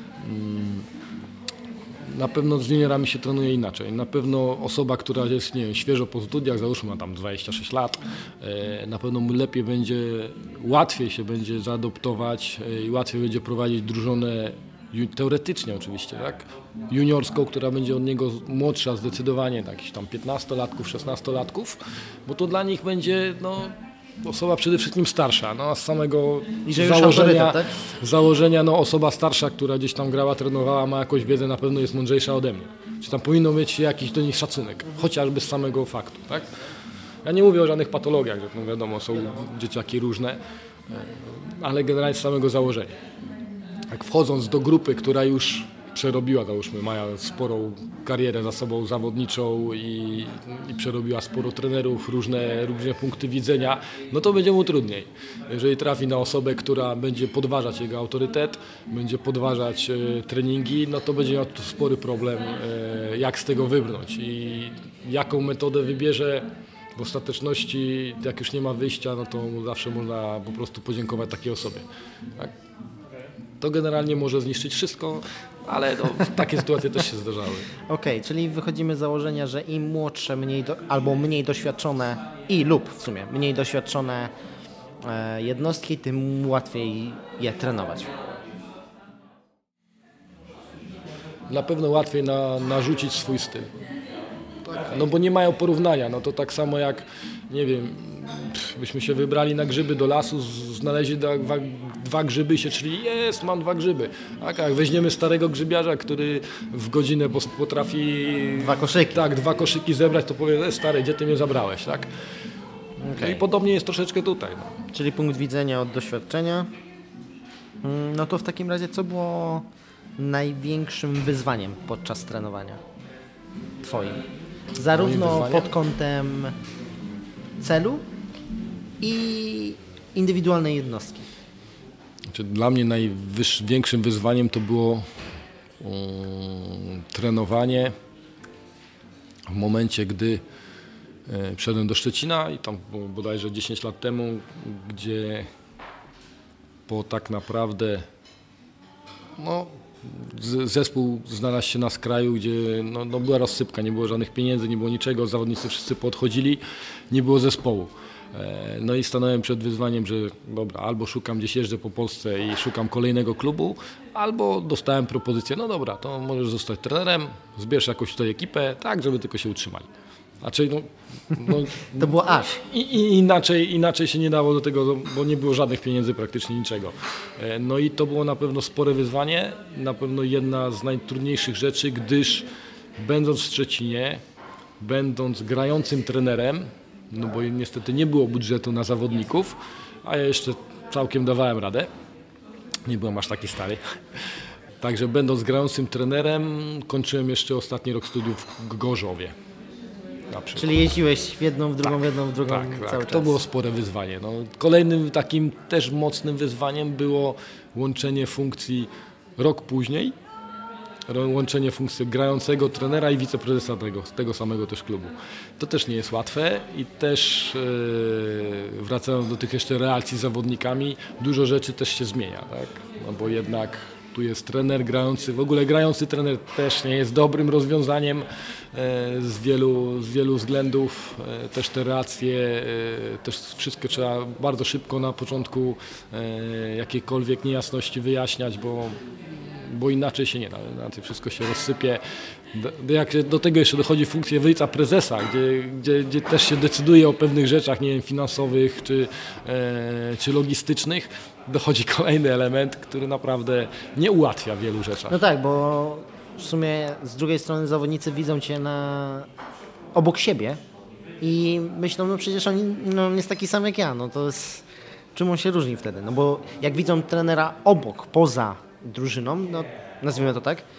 Na pewno z juniorami się trenuje inaczej. Na pewno osoba, która jest nie wiem, świeżo po studiach, załóżmy ma tam dwadzieścia sześć lat, na pewno mu lepiej będzie, łatwiej się będzie zaadoptować i łatwiej będzie prowadzić drużynę, teoretycznie oczywiście, tak? Juniorską, która będzie od niego młodsza zdecydowanie, jakichś tam piętnastolatków, szesnastolatków, bo to dla nich będzie no, osoba przede wszystkim starsza, no, a z samego założenia, tak? założenia no, osoba starsza, która gdzieś tam grała, trenowała, ma jakąś wiedzę, na pewno jest mądrzejsza ode mnie. Czy tam powinno być jakiś do nich szacunek, chociażby z samego faktu, tak? Ja nie mówię o żadnych patologiach, że no, wiadomo, są dzieciaki różne, ale generalnie z samego założenia. Jak wchodząc do grupy, która już przerobiła, załóżmy, ma sporą karierę za sobą zawodniczą i, i przerobiła sporo trenerów, różne, różne punkty widzenia, no to będzie mu trudniej. Jeżeli trafi na osobę, która będzie podważać jego autorytet, będzie podważać e, treningi, no to będzie miał spory problem, e, jak z tego wybrnąć i jaką metodę wybierze. W ostateczności, jak już nie ma wyjścia, no to zawsze można po prostu podziękować takiej osobie. Tak? to generalnie może zniszczyć wszystko, ale no, takie sytuacje też się zdarzały. Okej, okay, czyli wychodzimy z założenia, że im młodsze, mniej do, albo mniej doświadczone i lub w sumie mniej doświadczone e, jednostki, tym łatwiej je trenować. Na pewno łatwiej na, narzucić swój styl. Tak, no bo nie mają porównania. No to tak samo jak, nie wiem, byśmy się wybrali na grzyby do lasu, znaleźli dwa, dwa grzyby i się czyli jest, mam dwa grzyby. Tak, jak weźmiemy starego grzybiarza, który w godzinę potrafi dwa koszyki, tak, dwa koszyki zebrać, to powie, e, stary, gdzie ty mnie zabrałeś, tak? Okay. No i podobnie jest troszeczkę tutaj. No. Czyli punkt widzenia od doświadczenia. No to w takim razie co było największym wyzwaniem podczas trenowania twoim? Zarówno pod kątem celu i indywidualnej jednostki. Znaczy, dla mnie największym wyzwaniem to było um, trenowanie w momencie, gdy e, przyszedłem do Szczecina i tam bodajże dziesięć lat temu, gdzie po tak naprawdę no, zespół znalazł się na skraju, gdzie no, no była rozsypka, nie było żadnych pieniędzy, nie było niczego, zawodnicy wszyscy podchodzili, nie było zespołu. No i stanąłem przed wyzwaniem, że dobra, albo szukam gdzieś, jeżdżę po Polsce i szukam kolejnego klubu, albo dostałem propozycję, no dobra, to możesz zostać trenerem, zbierz jakąś tutaj ekipę, tak, żeby tylko się utrzymali. Znaczy, no, no, to było aż. I, i inaczej, inaczej się nie dało do tego, bo nie było żadnych pieniędzy, praktycznie niczego. No i to było na pewno spore wyzwanie, na pewno jedna z najtrudniejszych rzeczy, gdyż będąc w Szczecinie, będąc grającym trenerem, no bo niestety nie było budżetu na zawodników, a ja jeszcze całkiem dawałem radę, nie byłem aż taki stary. Także będąc grającym trenerem, kończyłem jeszcze ostatni rok studiów w Gorzowie. Czyli jeździłeś w jedną, w drugą, tak, w jedną, w drugą tak, cały tak. czas. To było spore wyzwanie. No, kolejnym takim też mocnym wyzwaniem było łączenie funkcji rok później, łączenie funkcji grającego trenera i wiceprezesa tego, tego samego też klubu. To też nie jest łatwe i też yy, wracając do tych jeszcze relacji z zawodnikami, dużo rzeczy też się zmienia, tak? No bo jednak tu jest trener grający, w ogóle grający trener też nie jest dobrym rozwiązaniem z wielu, z wielu względów. Też te relacje, też wszystko trzeba bardzo szybko na początku jakiekolwiek niejasności wyjaśniać, bo, bo inaczej się nie da, inaczej wszystko się rozsypie. Jak do tego jeszcze dochodzi funkcja wiceprezesa, gdzie, gdzie, gdzie też się decyduje o pewnych rzeczach, nie wiem, finansowych czy, e, czy logistycznych, dochodzi kolejny element, który naprawdę nie ułatwia wielu rzeczach. No tak, bo w sumie z drugiej strony zawodnicy widzą cię na obok siebie i myślą, no przecież on no, jest taki sam jak ja, no to jest, czym on się różni wtedy? No bo jak widzą trenera obok, poza drużyną, no nazwijmy to tak,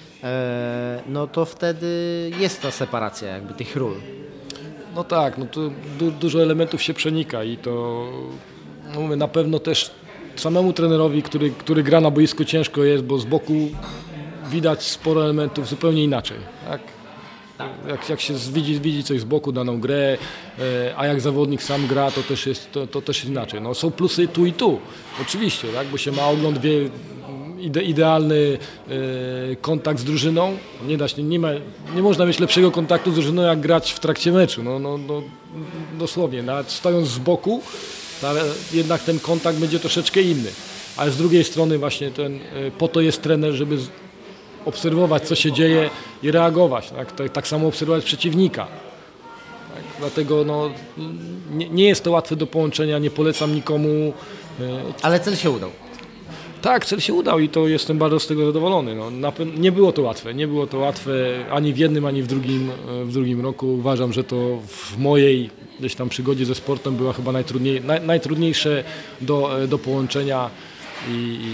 no to wtedy jest to separacja jakby tych ról. No tak, no to du- dużo elementów się przenika i to no mówię, na pewno też samemu trenerowi, który, który gra na boisku ciężko jest, bo z boku widać sporo elementów zupełnie inaczej. Tak? Jak, jak się widzi, widzi coś z boku, daną grę, a jak zawodnik sam gra, to też jest, to, to też inaczej. No, są plusy tu i tu, oczywiście, tak? Bo się ma ogląd, wie, ide, idealny e, kontakt z drużyną. Nie, da się, nie, ma, nie można mieć lepszego kontaktu z drużyną, jak grać w trakcie meczu. No, no, no, dosłownie, nawet stojąc z boku, ale jednak ten kontakt będzie troszeczkę inny. Ale z drugiej strony właśnie ten, po to jest trener, żeby obserwować, co się dzieje i reagować. Tak, tak, tak samo obserwować przeciwnika. Tak, dlatego no, nie, nie jest to łatwe do połączenia, nie polecam nikomu. Ale cel się udał. Tak, cel się udał i to jestem bardzo z tego zadowolony. No, na, nie było to łatwe, nie było to łatwe ani w jednym, ani w drugim, w drugim roku. Uważam, że to w mojej gdzieś tam przygodzie ze sportem była chyba najtrudniej, naj, najtrudniejsze do, do połączenia. I, i...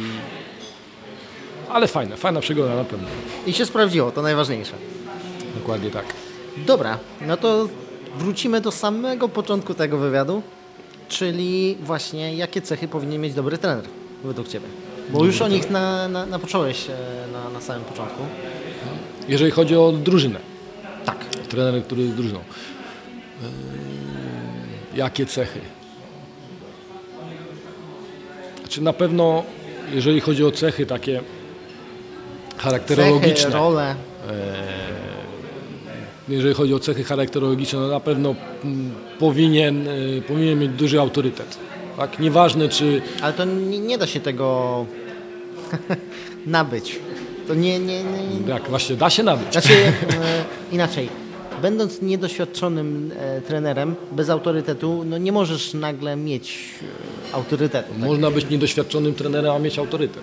Ale fajna, fajna przygoda na pewno. I się sprawdziło, to najważniejsze. Dokładnie tak. Dobra, no to wrócimy do samego początku tego wywiadu, czyli właśnie jakie cechy powinien mieć dobry trener według Ciebie? Bo dobry już o nich na, na, napocząłeś na, na samym początku. Jeżeli chodzi o drużynę. Tak. Trener, który jest drużyną. Jakie cechy? Znaczy na pewno jeżeli chodzi o cechy takie charakterologiczne. Cechy, role. Jeżeli chodzi o cechy charakterologiczne, no na pewno mm, powinien, y, powinien mieć duży autorytet. Tak? Nieważne czy... Ale to nie, nie da się tego nabyć. To nie, nie, nie... Jak właśnie da się nabyć. Znaczy e, inaczej. Będąc niedoświadczonym e, trenerem, bez autorytetu, no nie możesz nagle mieć e, autorytetu. Tak? Można być niedoświadczonym trenerem, a mieć autorytet.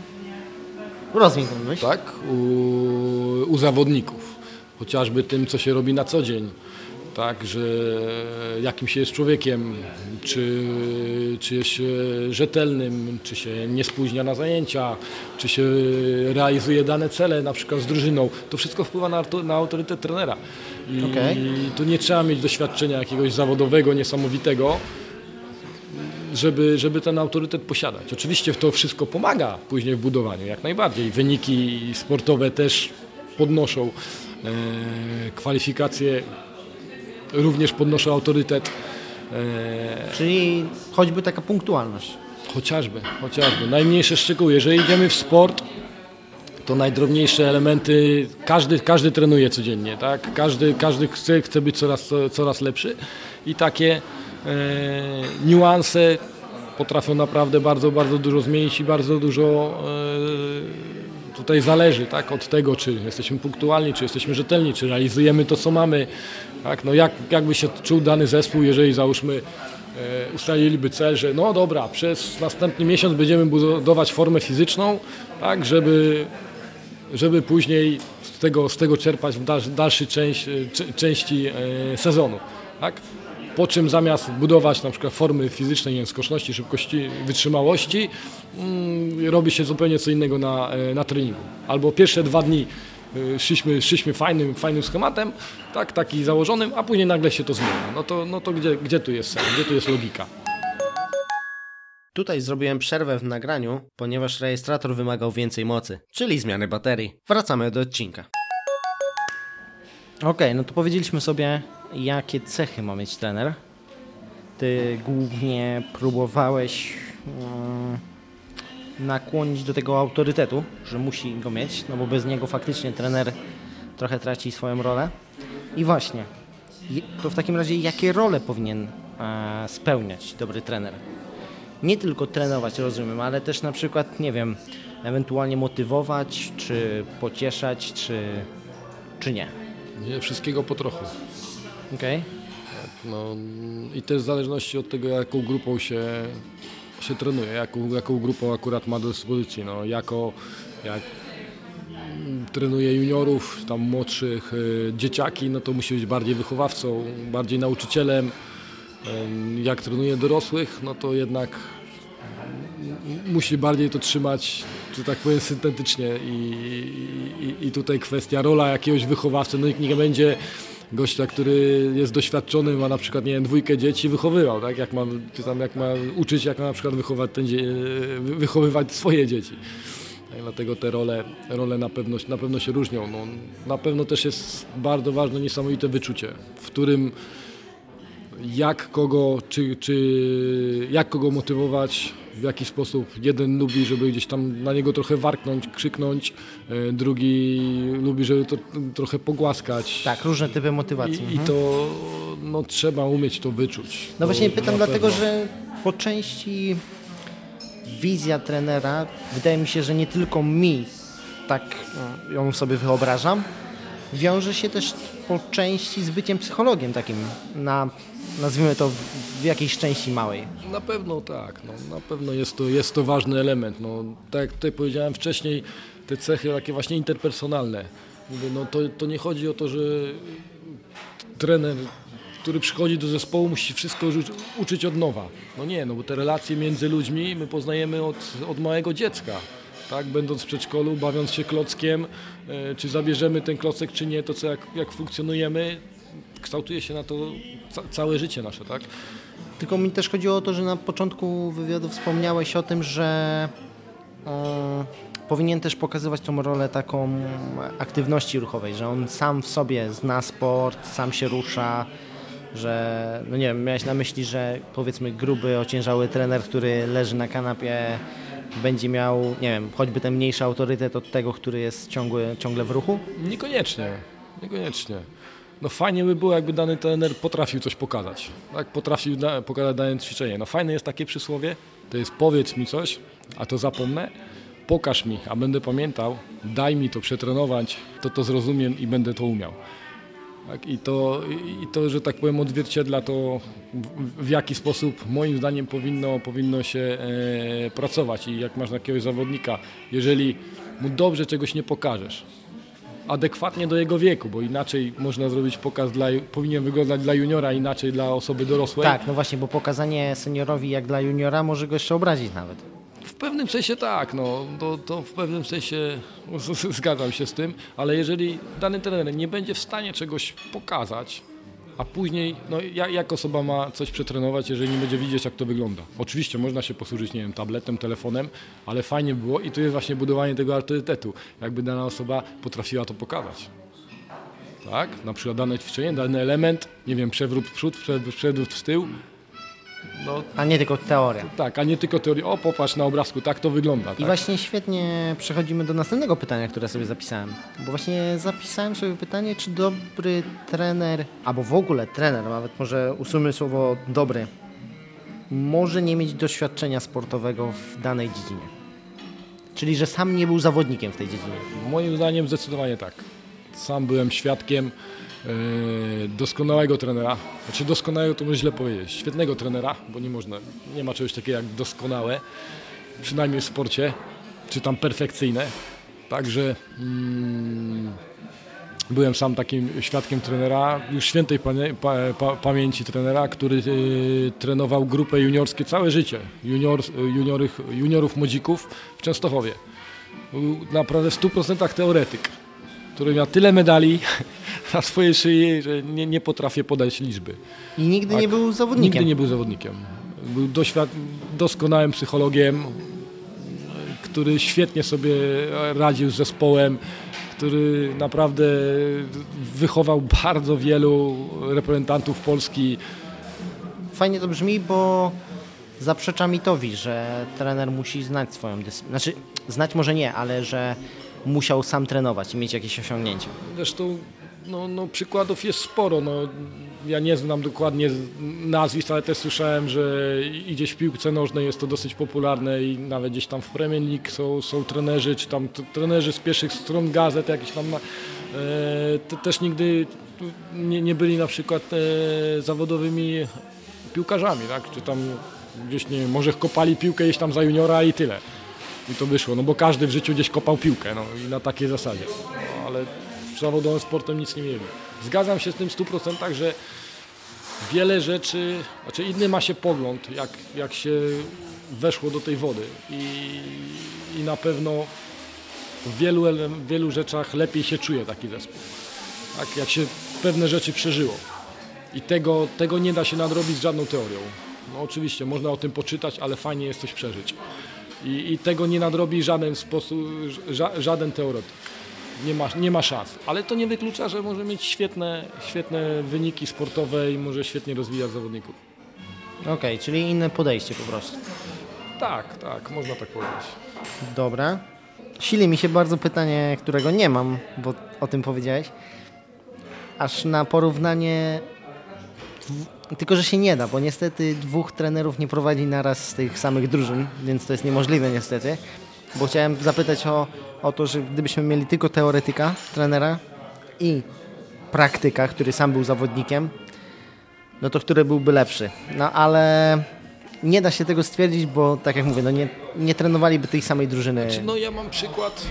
Rozwiń tę myśl. Tak? U, u zawodników. Chociażby tym, co się robi na co dzień. Tak, że jakim się jest człowiekiem, czy, czy jest się rzetelnym, czy się nie spóźnia na zajęcia, czy się realizuje dane cele, na przykład z drużyną. To wszystko wpływa na, na autorytet trenera. I okay. tu nie trzeba mieć doświadczenia jakiegoś zawodowego, niesamowitego, żeby, żeby ten autorytet posiadać. Oczywiście to wszystko pomaga później w budowaniu, jak najbardziej. Wyniki sportowe też podnoszą e, kwalifikacje, również podnoszą autorytet. E, Czyli choćby taka punktualność. Chociażby, chociażby. Najmniejsze szczegóły. Jeżeli idziemy w sport, to najdrobniejsze elementy, każdy, każdy trenuje codziennie, tak? Każdy, każdy chce, chce być coraz, coraz lepszy i takie e, niuanse potrafią naprawdę bardzo, bardzo dużo zmienić i bardzo dużo e, tutaj zależy, tak? Od tego, czy jesteśmy punktualni, czy jesteśmy rzetelni, czy realizujemy to, co mamy. Tak? No jak, jakby się czuł dany zespół, jeżeli załóżmy e, ustaliliby cel, że no dobra, przez następny miesiąc będziemy budować formę fizyczną, tak? Żeby, żeby później z tego, z tego czerpać w dalszy, dalszej część, części e, sezonu. Tak? Po czym zamiast budować na przykład formy fizycznej, nie wiem, skoczności, szybkości, wytrzymałości, mm, robi się zupełnie co innego na, na treningu. Albo pierwsze dwa dni szliśmy, szliśmy fajnym, fajnym schematem, tak, taki założonym, a później nagle się to zmienia. No to, no to gdzie, gdzie tu jest sens, gdzie tu jest logika? Tutaj zrobiłem przerwę w nagraniu, ponieważ rejestrator wymagał więcej mocy, czyli zmiany baterii. Wracamy do odcinka. Okej, okay, no to powiedzieliśmy sobie, jakie cechy ma mieć trener. Ty głównie próbowałeś um, nakłonić do tego autorytetu, że musi go mieć, no bo bez niego faktycznie trener trochę traci swoją rolę. I właśnie, to w takim razie jakie role powinien e, spełniać dobry trener? Nie tylko trenować, rozumiem, ale też na przykład, nie wiem, ewentualnie motywować, czy pocieszać, czy, czy nie. Nie, wszystkiego po trochu. Okej. Okay. No, i też w zależności od tego, jaką grupą się, się trenuje, jaką, jaką grupą akurat ma do dyspozycji. No, jako jak trenuje juniorów, tam młodszych, y, dzieciaki, no to musi być bardziej wychowawcą, bardziej nauczycielem. Y, jak trenuje dorosłych, no to jednak musi bardziej to trzymać, że tak powiem, syntetycznie i, i, i tutaj kwestia rola jakiegoś wychowawcy, no nikt nie będzie gościa, który jest doświadczony, ma na przykład, nie wiem, dwójkę dzieci, wychowywał, tak? Jak ma, czy tam jak ma uczyć, jak ma na przykład wychować, ten, wychowywać swoje dzieci. I dlatego te role, role na pewno, na pewno się różnią. No, na pewno też jest bardzo ważne, niesamowite wyczucie, w którym jak kogo, czy, czy jak kogo motywować, w jaki sposób. Jeden lubi, żeby gdzieś tam na niego trochę warknąć, krzyknąć, drugi lubi, żeby to trochę pogłaskać. Tak, różne typy motywacji. I, mhm. i to no, trzeba umieć to wyczuć. No właśnie pytam dlatego, pewno. że po części wizja trenera, wydaje mi się, że nie tylko mi tak no, ją sobie wyobrażam, wiąże się też po części z byciem psychologiem takim, na, nazwijmy to w jakiejś części małej. Na pewno tak, no, na pewno jest to, jest to ważny element. No, tak jak tutaj powiedziałem wcześniej, te cechy takie właśnie interpersonalne. No, to, to nie chodzi o to, że trener, który przychodzi do zespołu, musi wszystko uczyć od nowa. No nie, no bo te relacje między ludźmi my poznajemy od, od małego dziecka. Tak, będąc w przedszkolu, bawiąc się klockiem, e, czy zabierzemy ten klocek, czy nie, to co jak, jak funkcjonujemy, kształtuje się na to ca- całe życie nasze, tak? Tylko mi też chodziło o to, że na początku wywiadu wspomniałeś o tym, że e, powinien też pokazywać tą rolę taką aktywności ruchowej, że on sam w sobie zna sport, sam się rusza, że, no nie wiem, miałeś na myśli, że powiedzmy gruby, ociężały trener, który leży na kanapie będzie miał, nie wiem, choćby ten mniejszy autorytet od tego, który jest ciągły, ciągle w ruchu? Niekoniecznie, niekoniecznie. No fajnie by było, jakby dany trener potrafił coś pokazać, tak? Potrafił da- pokazać dane ćwiczenie. No fajne jest takie przysłowie, to jest powiedz mi coś, a to zapomnę, pokaż mi, a będę pamiętał, daj mi to przetrenować, to to zrozumiem i będę to umiał. Tak? I, to, I to, że tak powiem, odzwierciedla to, w, w jaki sposób moim zdaniem powinno, powinno się e, pracować. I jak masz jakiegoś zawodnika, jeżeli mu dobrze czegoś nie pokażesz, adekwatnie do jego wieku, bo inaczej można zrobić pokaz, dla, powinien wyglądać dla juniora, inaczej dla osoby dorosłej. Tak, no właśnie, bo pokazanie seniorowi jak dla juniora może go jeszcze obrazić nawet. W pewnym sensie tak, no, to, to w pewnym sensie zgadzam się z tym, ale jeżeli dany trener nie będzie w stanie czegoś pokazać, a później, no jak, jak osoba ma coś przetrenować, jeżeli nie będzie widzieć, jak to wygląda. Oczywiście można się posłużyć, nie wiem, tabletem, telefonem, ale fajnie było i to jest właśnie budowanie tego autorytetu, jakby dana osoba potrafiła to pokazać. Tak? Na przykład dane ćwiczenie, dany element, nie wiem, przewrót w przód, przewrót w tył. No, a nie tylko teoria. Tak, a nie tylko teoria. O, popatrz na obrazku, tak to wygląda. I tak? właśnie świetnie przechodzimy do następnego pytania, które sobie zapisałem. Bo właśnie zapisałem sobie pytanie, czy dobry trener, albo w ogóle trener, nawet może usumy słowo dobry, może nie mieć doświadczenia sportowego w danej dziedzinie. Czyli, że sam nie był zawodnikiem w tej dziedzinie. Moim zdaniem zdecydowanie tak. Sam byłem świadkiem doskonałego trenera, znaczy doskonałego to może źle powiedzieć, świetnego trenera, bo nie można, nie ma czegoś takiego jak doskonałe, przynajmniej w sporcie, czy tam perfekcyjne, także mm, byłem sam takim świadkiem trenera, już świętej pamię- pa- pa- pamięci trenera, który y, trenował grupę juniorskie całe życie, junior, juniorych, juniorów młodzików w Częstochowie. Był naprawdę w stu procentach teoretyk, który miał tyle medali na swojej szyi, że nie, nie potrafię podać liczby. I nigdy tak, nie był zawodnikiem. Nigdy nie był zawodnikiem. Był doświad- doskonałym psychologiem, który świetnie sobie radził z zespołem, który naprawdę wychował bardzo wielu reprezentantów Polski. Fajnie to brzmi, bo zaprzecza mitowi, że trener musi znać swoją dyscyplinę. Znaczy, znać może nie, ale że musiał sam trenować i mieć jakieś osiągnięcia. Zresztą no, no, przykładów jest sporo. No, ja nie znam dokładnie nazwisk, ale też słyszałem, że i gdzieś w piłce nożnej jest to dosyć popularne i nawet gdzieś tam w Premier League są, są trenerzy, czy tam t- trenerzy z pierwszych stron gazet, jakieś tam e, te, też nigdy nie, nie byli na przykład e, zawodowymi piłkarzami, tak? Czy tam gdzieś, nie wiem, może kopali piłkę gdzieś tam za juniora i tyle. I to wyszło, no bo każdy w życiu gdzieś kopał piłkę, no i na takiej zasadzie. No, ale zawodowym sportem nic nie mieli. Zgadzam się z tym w stu procentach, że wiele rzeczy, znaczy inny ma się pogląd, jak, jak się weszło do tej wody i, i na pewno w wielu, w wielu rzeczach lepiej się czuje taki zespół. Tak, jak się pewne rzeczy przeżyło. I tego, tego nie da się nadrobić z żadną teorią. No oczywiście, można o tym poczytać, ale fajnie jest coś przeżyć. I, i tego nie nadrobi żaden sposób, ża, żaden teoretyk. Nie ma, nie ma szans. Ale to nie wyklucza, że może mieć świetne, świetne wyniki sportowe i może świetnie rozwijać zawodników. Okej, okay, czyli inne podejście po prostu. Tak, tak, można tak powiedzieć. Dobra. Sili mi się bardzo pytanie, którego nie mam, bo o tym powiedziałeś. Aż na porównanie... Tylko, że się nie da, bo niestety dwóch trenerów nie prowadzi naraz z tych samych drużyn, więc to jest niemożliwe niestety. Bo chciałem zapytać o, o to, że gdybyśmy mieli tylko teoretyka, trenera i praktyka, który sam był zawodnikiem, no to który byłby lepszy. No ale nie da się tego stwierdzić, bo tak jak mówię, no nie, nie trenowaliby tej samej drużyny. Znaczy, no ja mam przykład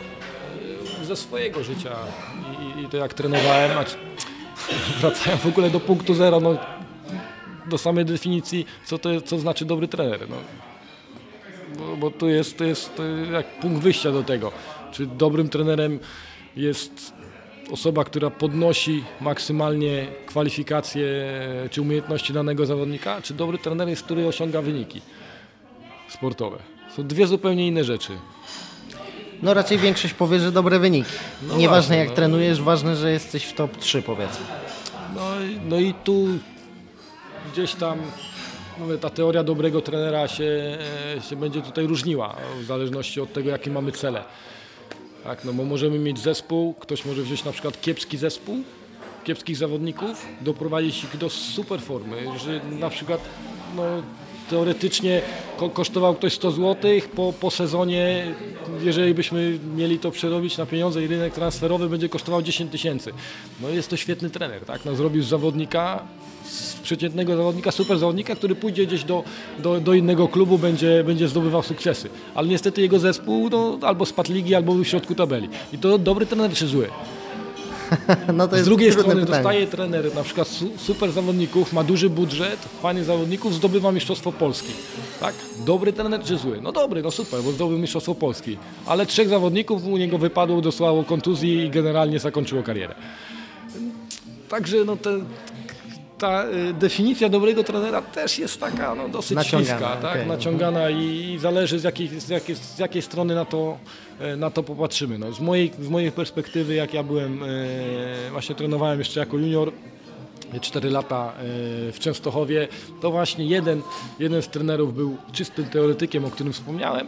ze swojego życia i, i to jak trenowałem, a wracając w ogóle do punktu zero, no, do samej definicji, co to jest, co znaczy dobry trener. No. Bo, bo to jest, to jest to jak punkt wyjścia do tego. Czy dobrym trenerem jest osoba, która podnosi maksymalnie kwalifikacje czy umiejętności danego zawodnika, czy dobry trener jest, który osiąga wyniki sportowe. Są dwie zupełnie inne rzeczy. No raczej większość powie, że dobre wyniki. No Nieważne właśnie, jak no. trenujesz, ważne, że jesteś w top trzy powiedzmy. No, no i tu gdzieś tam mówię, ta teoria dobrego trenera się, się będzie tutaj różniła w zależności od tego, jakie mamy cele. Tak, no bo możemy mieć zespół, ktoś może wziąć na przykład kiepski zespół, kiepskich zawodników, doprowadzić ich do super formy, że na przykład no, teoretycznie ko- kosztował ktoś sto złotych, po, po sezonie, jeżeli byśmy mieli to przerobić na pieniądze i rynek transferowy będzie kosztował dziesięć tysięcy. No jest to świetny trener, tak? No, zrobił z zawodnika, z przeciętnego zawodnika, super zawodnika, który pójdzie gdzieś do, do, do innego klubu, będzie, będzie zdobywał sukcesy. Ale niestety jego zespół no, albo spadł ligi, albo był w środku tabeli. I to dobry trener czy zły? No to jest z drugiej strony pytanie. dostaje trener na przykład su- super zawodników, ma duży budżet, fajnych zawodników, zdobywa Mistrzostwo Polski. Tak? Dobry trener czy zły? No dobry, no super, bo zdobył Mistrzostwo Polski. Ale trzech zawodników u niego wypadło, dostało kontuzji i generalnie zakończyło karierę. Także no te, ta y, definicja dobrego trenera też jest taka no, dosyć Naciągana, śliska, tak? okay. Naciągana i, i zależy z jakiej, z, jakiej, z jakiej strony na to, na to popatrzymy. No, z, mojej, z mojej perspektywy, jak ja byłem, e, właśnie trenowałem jeszcze jako junior, cztery lata w Częstochowie, to właśnie jeden, jeden z trenerów był czystym teoretykiem, o którym wspomniałem,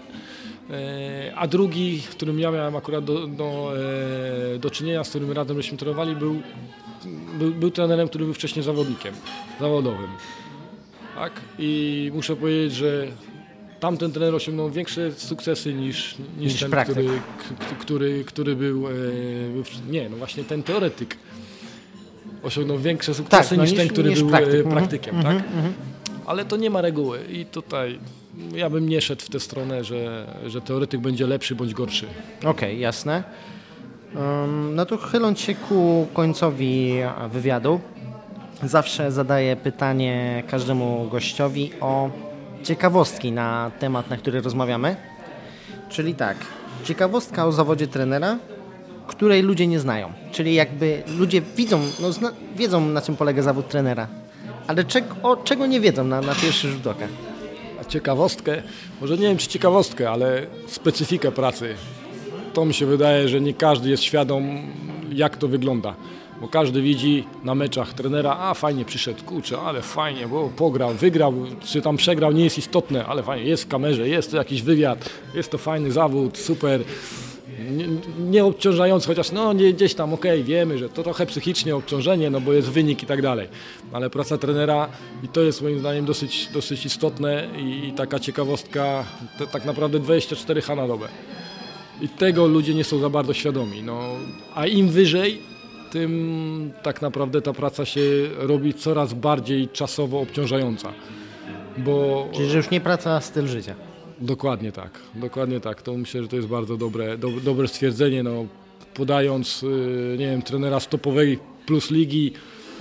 a drugi, z którym ja miałem akurat do, do, do czynienia, z którym razem żeśmy trenowali, był, był, był trenerem, który był wcześniej zawodnikiem, zawodowym. Tak? I muszę powiedzieć, że tamten trener osiągnął większe sukcesy niż, niż, niż ten, który, który, który był, był, nie, no właśnie ten teoretyk osiągnął większe sukcesy tak, no niż, niż ten, który niż był praktyk. praktykiem. Mm-hmm, tak? Mm-hmm. Ale to nie ma reguły i tutaj ja bym nie szedł w tę stronę, że, że teoretyk będzie lepszy bądź gorszy. Okej, okay, jasne. Um, no to chyląc się ku końcowi wywiadu, zawsze zadaję pytanie każdemu gościowi o ciekawostki na temat, na który rozmawiamy. Czyli tak, ciekawostka o zawodzie trenera, której ludzie nie znają. Czyli jakby ludzie widzą, no zna, wiedzą, na czym polega zawód trenera, ale czego, o, czego nie wiedzą na, na pierwszy rzut oka. A ciekawostkę, może nie wiem czy ciekawostkę, ale specyfikę pracy. To mi się wydaje, że nie każdy jest świadom, jak to wygląda. Bo każdy widzi na meczach trenera, a fajnie przyszedł, kurczę, ale fajnie, bo pograł, wygrał, czy tam przegrał, nie jest istotne, ale fajnie, jest w kamerze, jest to jakiś wywiad, jest to fajny zawód, super. Nie, nie obciążający, chociaż no nie, gdzieś tam okej, okay, wiemy, że to trochę psychicznie obciążenie, no bo jest wynik i tak dalej, ale praca trenera i to jest moim zdaniem dosyć, dosyć istotne i, i taka ciekawostka, to tak naprawdę dwadzieścia cztery H na dobę i tego ludzie nie są za bardzo świadomi, no, a im wyżej, tym tak naprawdę ta praca się robi coraz bardziej czasowo obciążająca, bo... Czyli, że już nie praca, a styl życia. Dokładnie tak, dokładnie tak. To myślę, że to jest bardzo dobre, do, dobre stwierdzenie. No, podając, nie wiem, trenera z topowej plus ligi,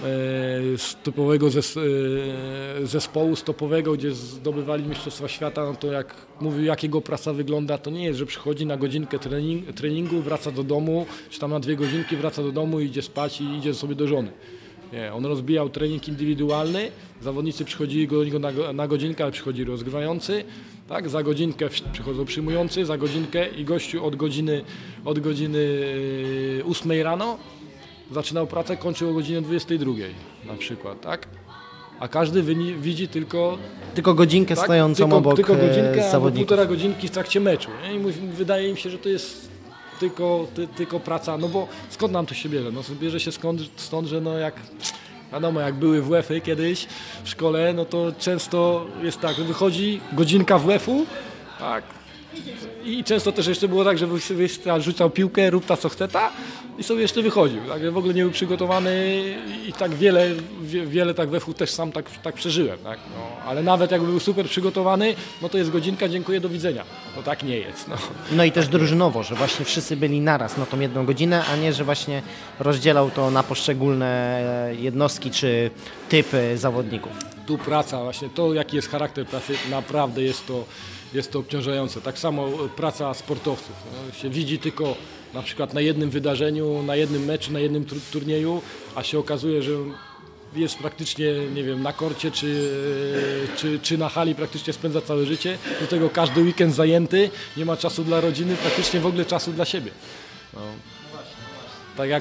z topowego zes, zespołu stopowego, gdzie zdobywali Mistrzostwa Świata, no to jak mówił, jak jego praca wygląda, to nie jest, że przychodzi na godzinkę trening, treningu, wraca do domu, czy tam na dwie godzinki wraca do domu, idzie spać i idzie sobie do żony. Nie, on rozbijał trening indywidualny, zawodnicy przychodzili do niego na, na godzinkę, ale przychodzi rozgrywający, tak? Za godzinkę przychodzą przyjmujący, za godzinkę i gościu od godziny, od godziny ósmej rano zaczynał pracę, kończył o godzinie dwudziestej drugiej na przykład, tak? A każdy wyni- widzi tylko... Tylko godzinkę tak? stojącą tylko, obok tylko godzinkę zawodników. Albo półtora godzinki w trakcie meczu. Nie? I wydaje im się, że to jest tylko, ty, tylko praca, no bo skąd nam to się bierze? No bierze się skąd, stąd, że no jak... Wiadomo, jak były W F-y kiedyś w szkole, no to często jest tak, wychodzi godzinka W F-u, tak, i często też jeszcze było tak, że rzucał piłkę, rób ta co chce ta i sobie jeszcze wychodził, także w ogóle nie był przygotowany i tak wiele, wie, wiele tak W F-u też sam tak, tak przeżyłem, tak, no, ale nawet jakby był super przygotowany, no to jest godzinka, dziękuję, do widzenia, no tak nie jest. No, no i też drużynowo, że właśnie wszyscy byli naraz na tą jedną godzinę, a nie, że właśnie rozdzielał to na poszczególne jednostki czy typy zawodników. Tu praca, właśnie to jaki jest charakter pracy, naprawdę jest to Jest to obciążające. Tak samo praca sportowców. No, się widzi tylko na przykład na jednym wydarzeniu, na jednym meczu, na jednym turnieju, a się okazuje, że jest praktycznie, nie wiem, na korcie czy, czy, czy na hali praktycznie spędza całe życie. Do tego każdy weekend zajęty, nie ma czasu dla rodziny, praktycznie w ogóle czasu dla siebie. No. Tak jak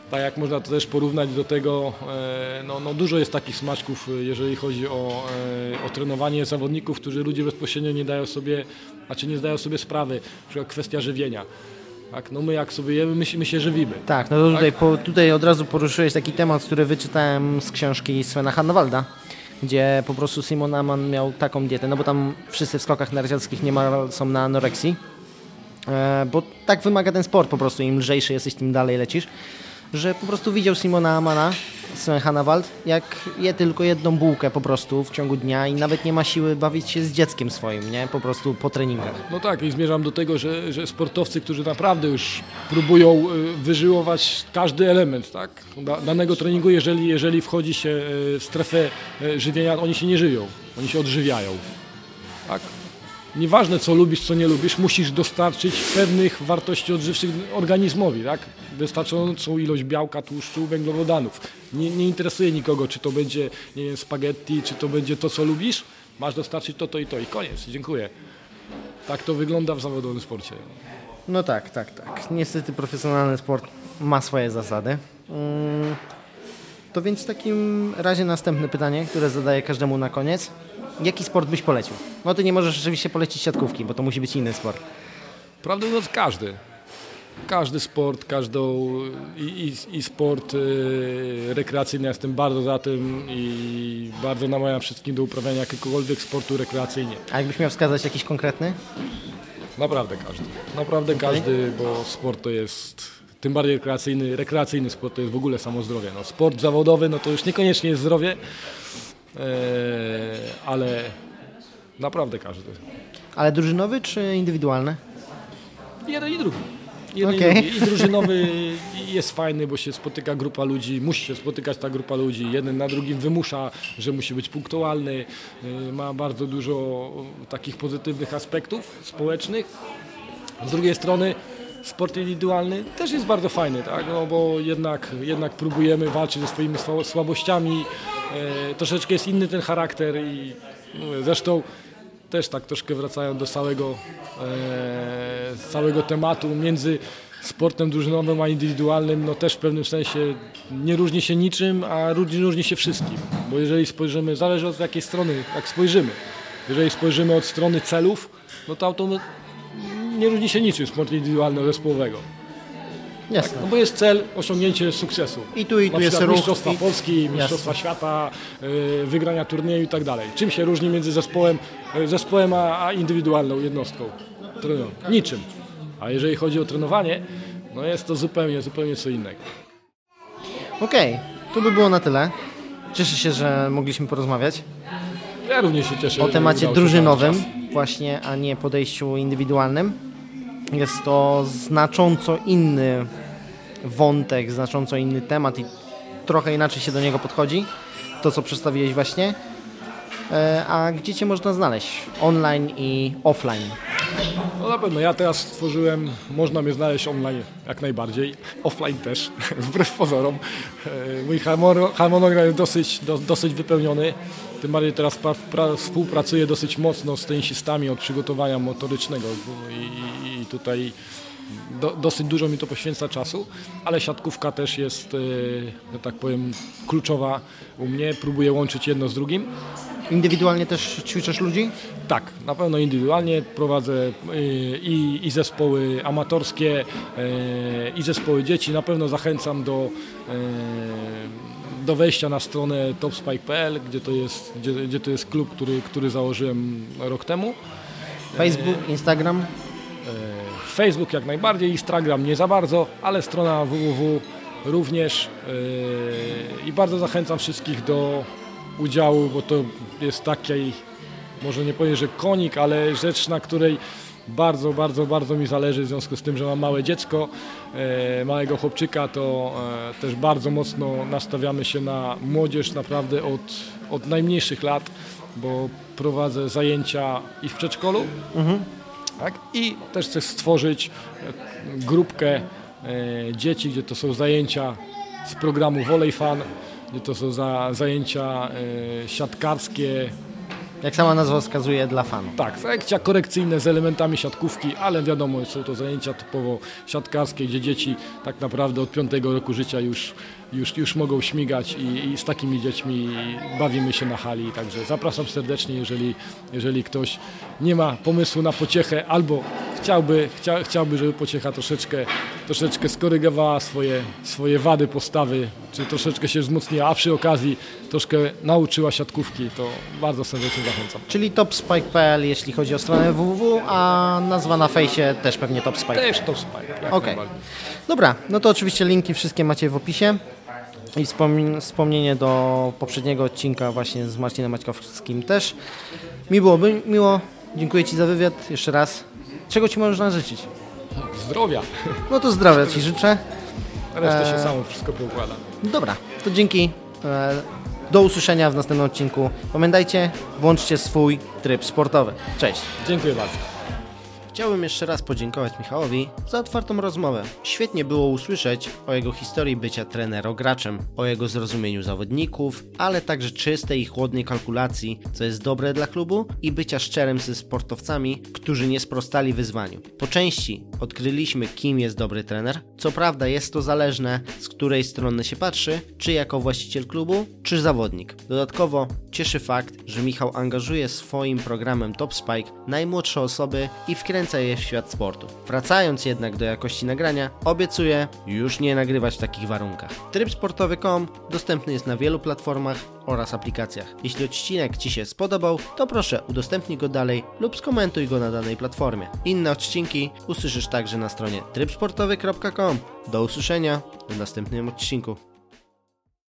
tak jak można to też porównać do tego, no, no dużo jest takich smaczków, jeżeli chodzi o, o trenowanie zawodników, którzy ludzie bezpośrednio nie dają sobie, znaczy nie zdają sobie sprawy, na przykład kwestia żywienia. Tak, no my jak sobie jemy, my, my się żywimy. Tak, no to tutaj, tak? po, tutaj od razu poruszyłeś taki temat, który wyczytałem z książki Svena Hannawalda, gdzie po prostu Simon Ammann miał taką dietę, no bo tam wszyscy w skokach narciarskich niemal są na anoreksji, e, bo tak wymaga ten sport po prostu, im lżejszy jesteś, tym dalej lecisz, że po prostu widział Simona Ammana, Sven Hannawald, jak je tylko jedną bułkę po prostu w ciągu dnia i nawet nie ma siły bawić się z dzieckiem swoim, nie? Po prostu po treningach. No tak, i zmierzam do tego, że, że sportowcy, którzy naprawdę już próbują wyżyłować każdy element, tak? Danego treningu, jeżeli, jeżeli wchodzi się w strefę żywienia, oni się nie żywią, oni się odżywiają. Tak? Nieważne co lubisz, co nie lubisz, musisz dostarczyć pewnych wartości odżywczych organizmowi, tak? Wystarczającą ilość białka, tłuszczu, węglowodanów. Nie, nie interesuje nikogo, czy to będzie, nie wiem, spaghetti, czy to będzie to, co lubisz. Masz dostarczyć to, to i to i koniec. Dziękuję. Tak to wygląda w zawodowym sporcie. No tak, tak, tak. Niestety profesjonalny sport ma swoje zasady. Mm, to więc w takim razie następne pytanie, które zadaję każdemu na koniec. Jaki sport byś polecił? No ty nie możesz oczywiście polecić siatkówki, bo to musi być inny sport. Prawdę mówiąc, każdy. Każdy sport, każdą i, i, i sport y, rekreacyjny, jestem bardzo za tym i bardzo namawiam wszystkim do uprawiania jakiegokolwiek sportu rekreacyjnie. A jakbyś miał wskazać jakiś konkretny? Naprawdę każdy. Naprawdę okay. każdy, bo sport to jest, tym bardziej rekreacyjny, rekreacyjny sport to jest w ogóle samo zdrowie. No, sport zawodowy no to już niekoniecznie jest zdrowie, yy, ale naprawdę każdy. Ale drużynowy czy indywidualny? Jeden i drugi. Jeden okay. i drugi. I drużynowy jest fajny, bo się spotyka grupa ludzi, musi się spotykać ta grupa ludzi. Jeden na drugim wymusza, że musi być punktualny. Ma bardzo dużo takich pozytywnych aspektów społecznych. Z drugiej strony sport indywidualny też jest bardzo fajny, tak? No, bo jednak, jednak próbujemy walczyć ze swoimi słabościami. E, troszeczkę jest inny ten charakter i no, zresztą też tak troszkę wracają do całego, e, całego tematu między sportem drużynowym a indywidualnym, no też w pewnym sensie nie różni się niczym, a różni, różni się wszystkim. Bo jeżeli spojrzymy, zależy od jakiej strony, jak spojrzymy. Jeżeli spojrzymy od strony celów, no to auto nie różni się niczym sportu indywidualno-zespołowego. Jasne. Tak, no bo jest cel osiągnięcie sukcesu. I tu i tu jest ruch. Mistrzostwa Polski, Mistrzostwa Jasne. Świata, yy, wygrania turnieju i tak dalej. Czym się różni między zespołem, yy, zespołem a, a indywidualną jednostką? Trenują. Niczym. A jeżeli chodzi o trenowanie, no jest to zupełnie, zupełnie co innego. Okej, okay. To by było na tyle. Cieszę się, że mogliśmy porozmawiać. Ja również się cieszę. O temacie drużynowym właśnie, a nie podejściu indywidualnym. Jest to znacząco inny wątek, znacząco inny temat i trochę inaczej się do niego podchodzi. To, co przedstawiłeś właśnie. A gdzie Cię można znaleźć? Online i offline? No na pewno. Ja teraz stworzyłem, można mnie znaleźć online jak najbardziej. Offline też, wbrew pozorom. Mój harmonogram jest dosyć, do, dosyć wypełniony. Tym bardziej teraz pra, pra, współpracuję dosyć mocno z tenisistami od przygotowania motorycznego i, i tutaj do, dosyć dużo mi to poświęca czasu, ale siatkówka też jest, że tak powiem, kluczowa u mnie. Próbuję łączyć jedno z drugim. Indywidualnie też ćwiczysz ludzi? Tak, na pewno indywidualnie prowadzę i, i zespoły amatorskie, i zespoły dzieci. Na pewno zachęcam do, do wejścia na stronę topspike kropka p l, gdzie to jest, gdzie, gdzie to jest klub, który, który założyłem rok temu. Facebook, Instagram? Facebook jak najbardziej, Instagram nie za bardzo, ale strona w w w również i bardzo zachęcam wszystkich do udziału, bo to jest taki, może nie powiem, że konik, ale rzecz, na której bardzo, bardzo, bardzo mi zależy, w związku z tym, że mam małe dziecko, e, małego chłopczyka, to e, też bardzo mocno nastawiamy się na młodzież naprawdę od, od najmniejszych lat, bo prowadzę zajęcia i w przedszkolu, mhm. tak, i też chcę stworzyć grupkę e, dzieci, gdzie to są zajęcia z programu Volley Fun, gdzie to są za, zajęcia e, siatkarskie, Jak sama nazwa wskazuje, dla fanów. Tak, zajęcia korekcyjne z elementami siatkówki, ale wiadomo, są to zajęcia typowo siatkarskie, gdzie dzieci tak naprawdę od piątego roku życia już, już, już mogą śmigać i, i z takimi dziećmi bawimy się na hali. Także zapraszam serdecznie, jeżeli, jeżeli ktoś nie ma pomysłu na pociechę albo chciałby, chcia, chciałby, żeby pociecha troszeczkę, troszeczkę skorygowała swoje, swoje wady postawy, czy troszeczkę się wzmocniła, a przy okazji troszkę nauczyła siatkówki, to bardzo serdecznie zachęcam. Czyli topspike kropka p l, jeśli chodzi o stronę www, a nazwa na fejsie też pewnie topspike. Też topspike. Okej. Dobra, no to oczywiście linki wszystkie macie w opisie. I wspomn- wspomnienie do poprzedniego odcinka właśnie z Marcinem Maćkowskim też. Mi byłoby miło. Dziękuję Ci za wywiad jeszcze raz. Czego Ci można życzyć? Zdrowia. No to zdrowia Ci życzę. Reszta się samo wszystko poukłada. Dobra, to dzięki. Do usłyszenia w następnym odcinku. Pamiętajcie, włączcie swój tryb sportowy. Cześć. Dziękuję bardzo. Chciałbym jeszcze raz podziękować Michałowi za otwartą rozmowę. Świetnie było usłyszeć o jego historii bycia trenero-graczem, o jego zrozumieniu zawodników, ale także czystej i chłodnej kalkulacji, co jest dobre dla klubu, i bycia szczerym ze sportowcami, którzy nie sprostali wyzwaniu. Po części odkryliśmy, kim jest dobry trener. Co prawda jest to zależne, z której strony się patrzy, czy jako właściciel klubu, czy zawodnik. Dodatkowo cieszy fakt, że Michał angażuje swoim programem TopSpike najmłodsze osoby i wkręca je w świat sportu. Wracając jednak do jakości nagrania, obiecuję już nie nagrywać w takich warunkach. tryb sportowy kropka com dostępny jest na wielu platformach oraz aplikacjach. Jeśli odcinek Ci się spodobał, to proszę udostępnij go dalej lub skomentuj go na danej platformie. Inne odcinki usłyszysz także na stronie tryb sportowy kropka com. Do usłyszenia w następnym odcinku.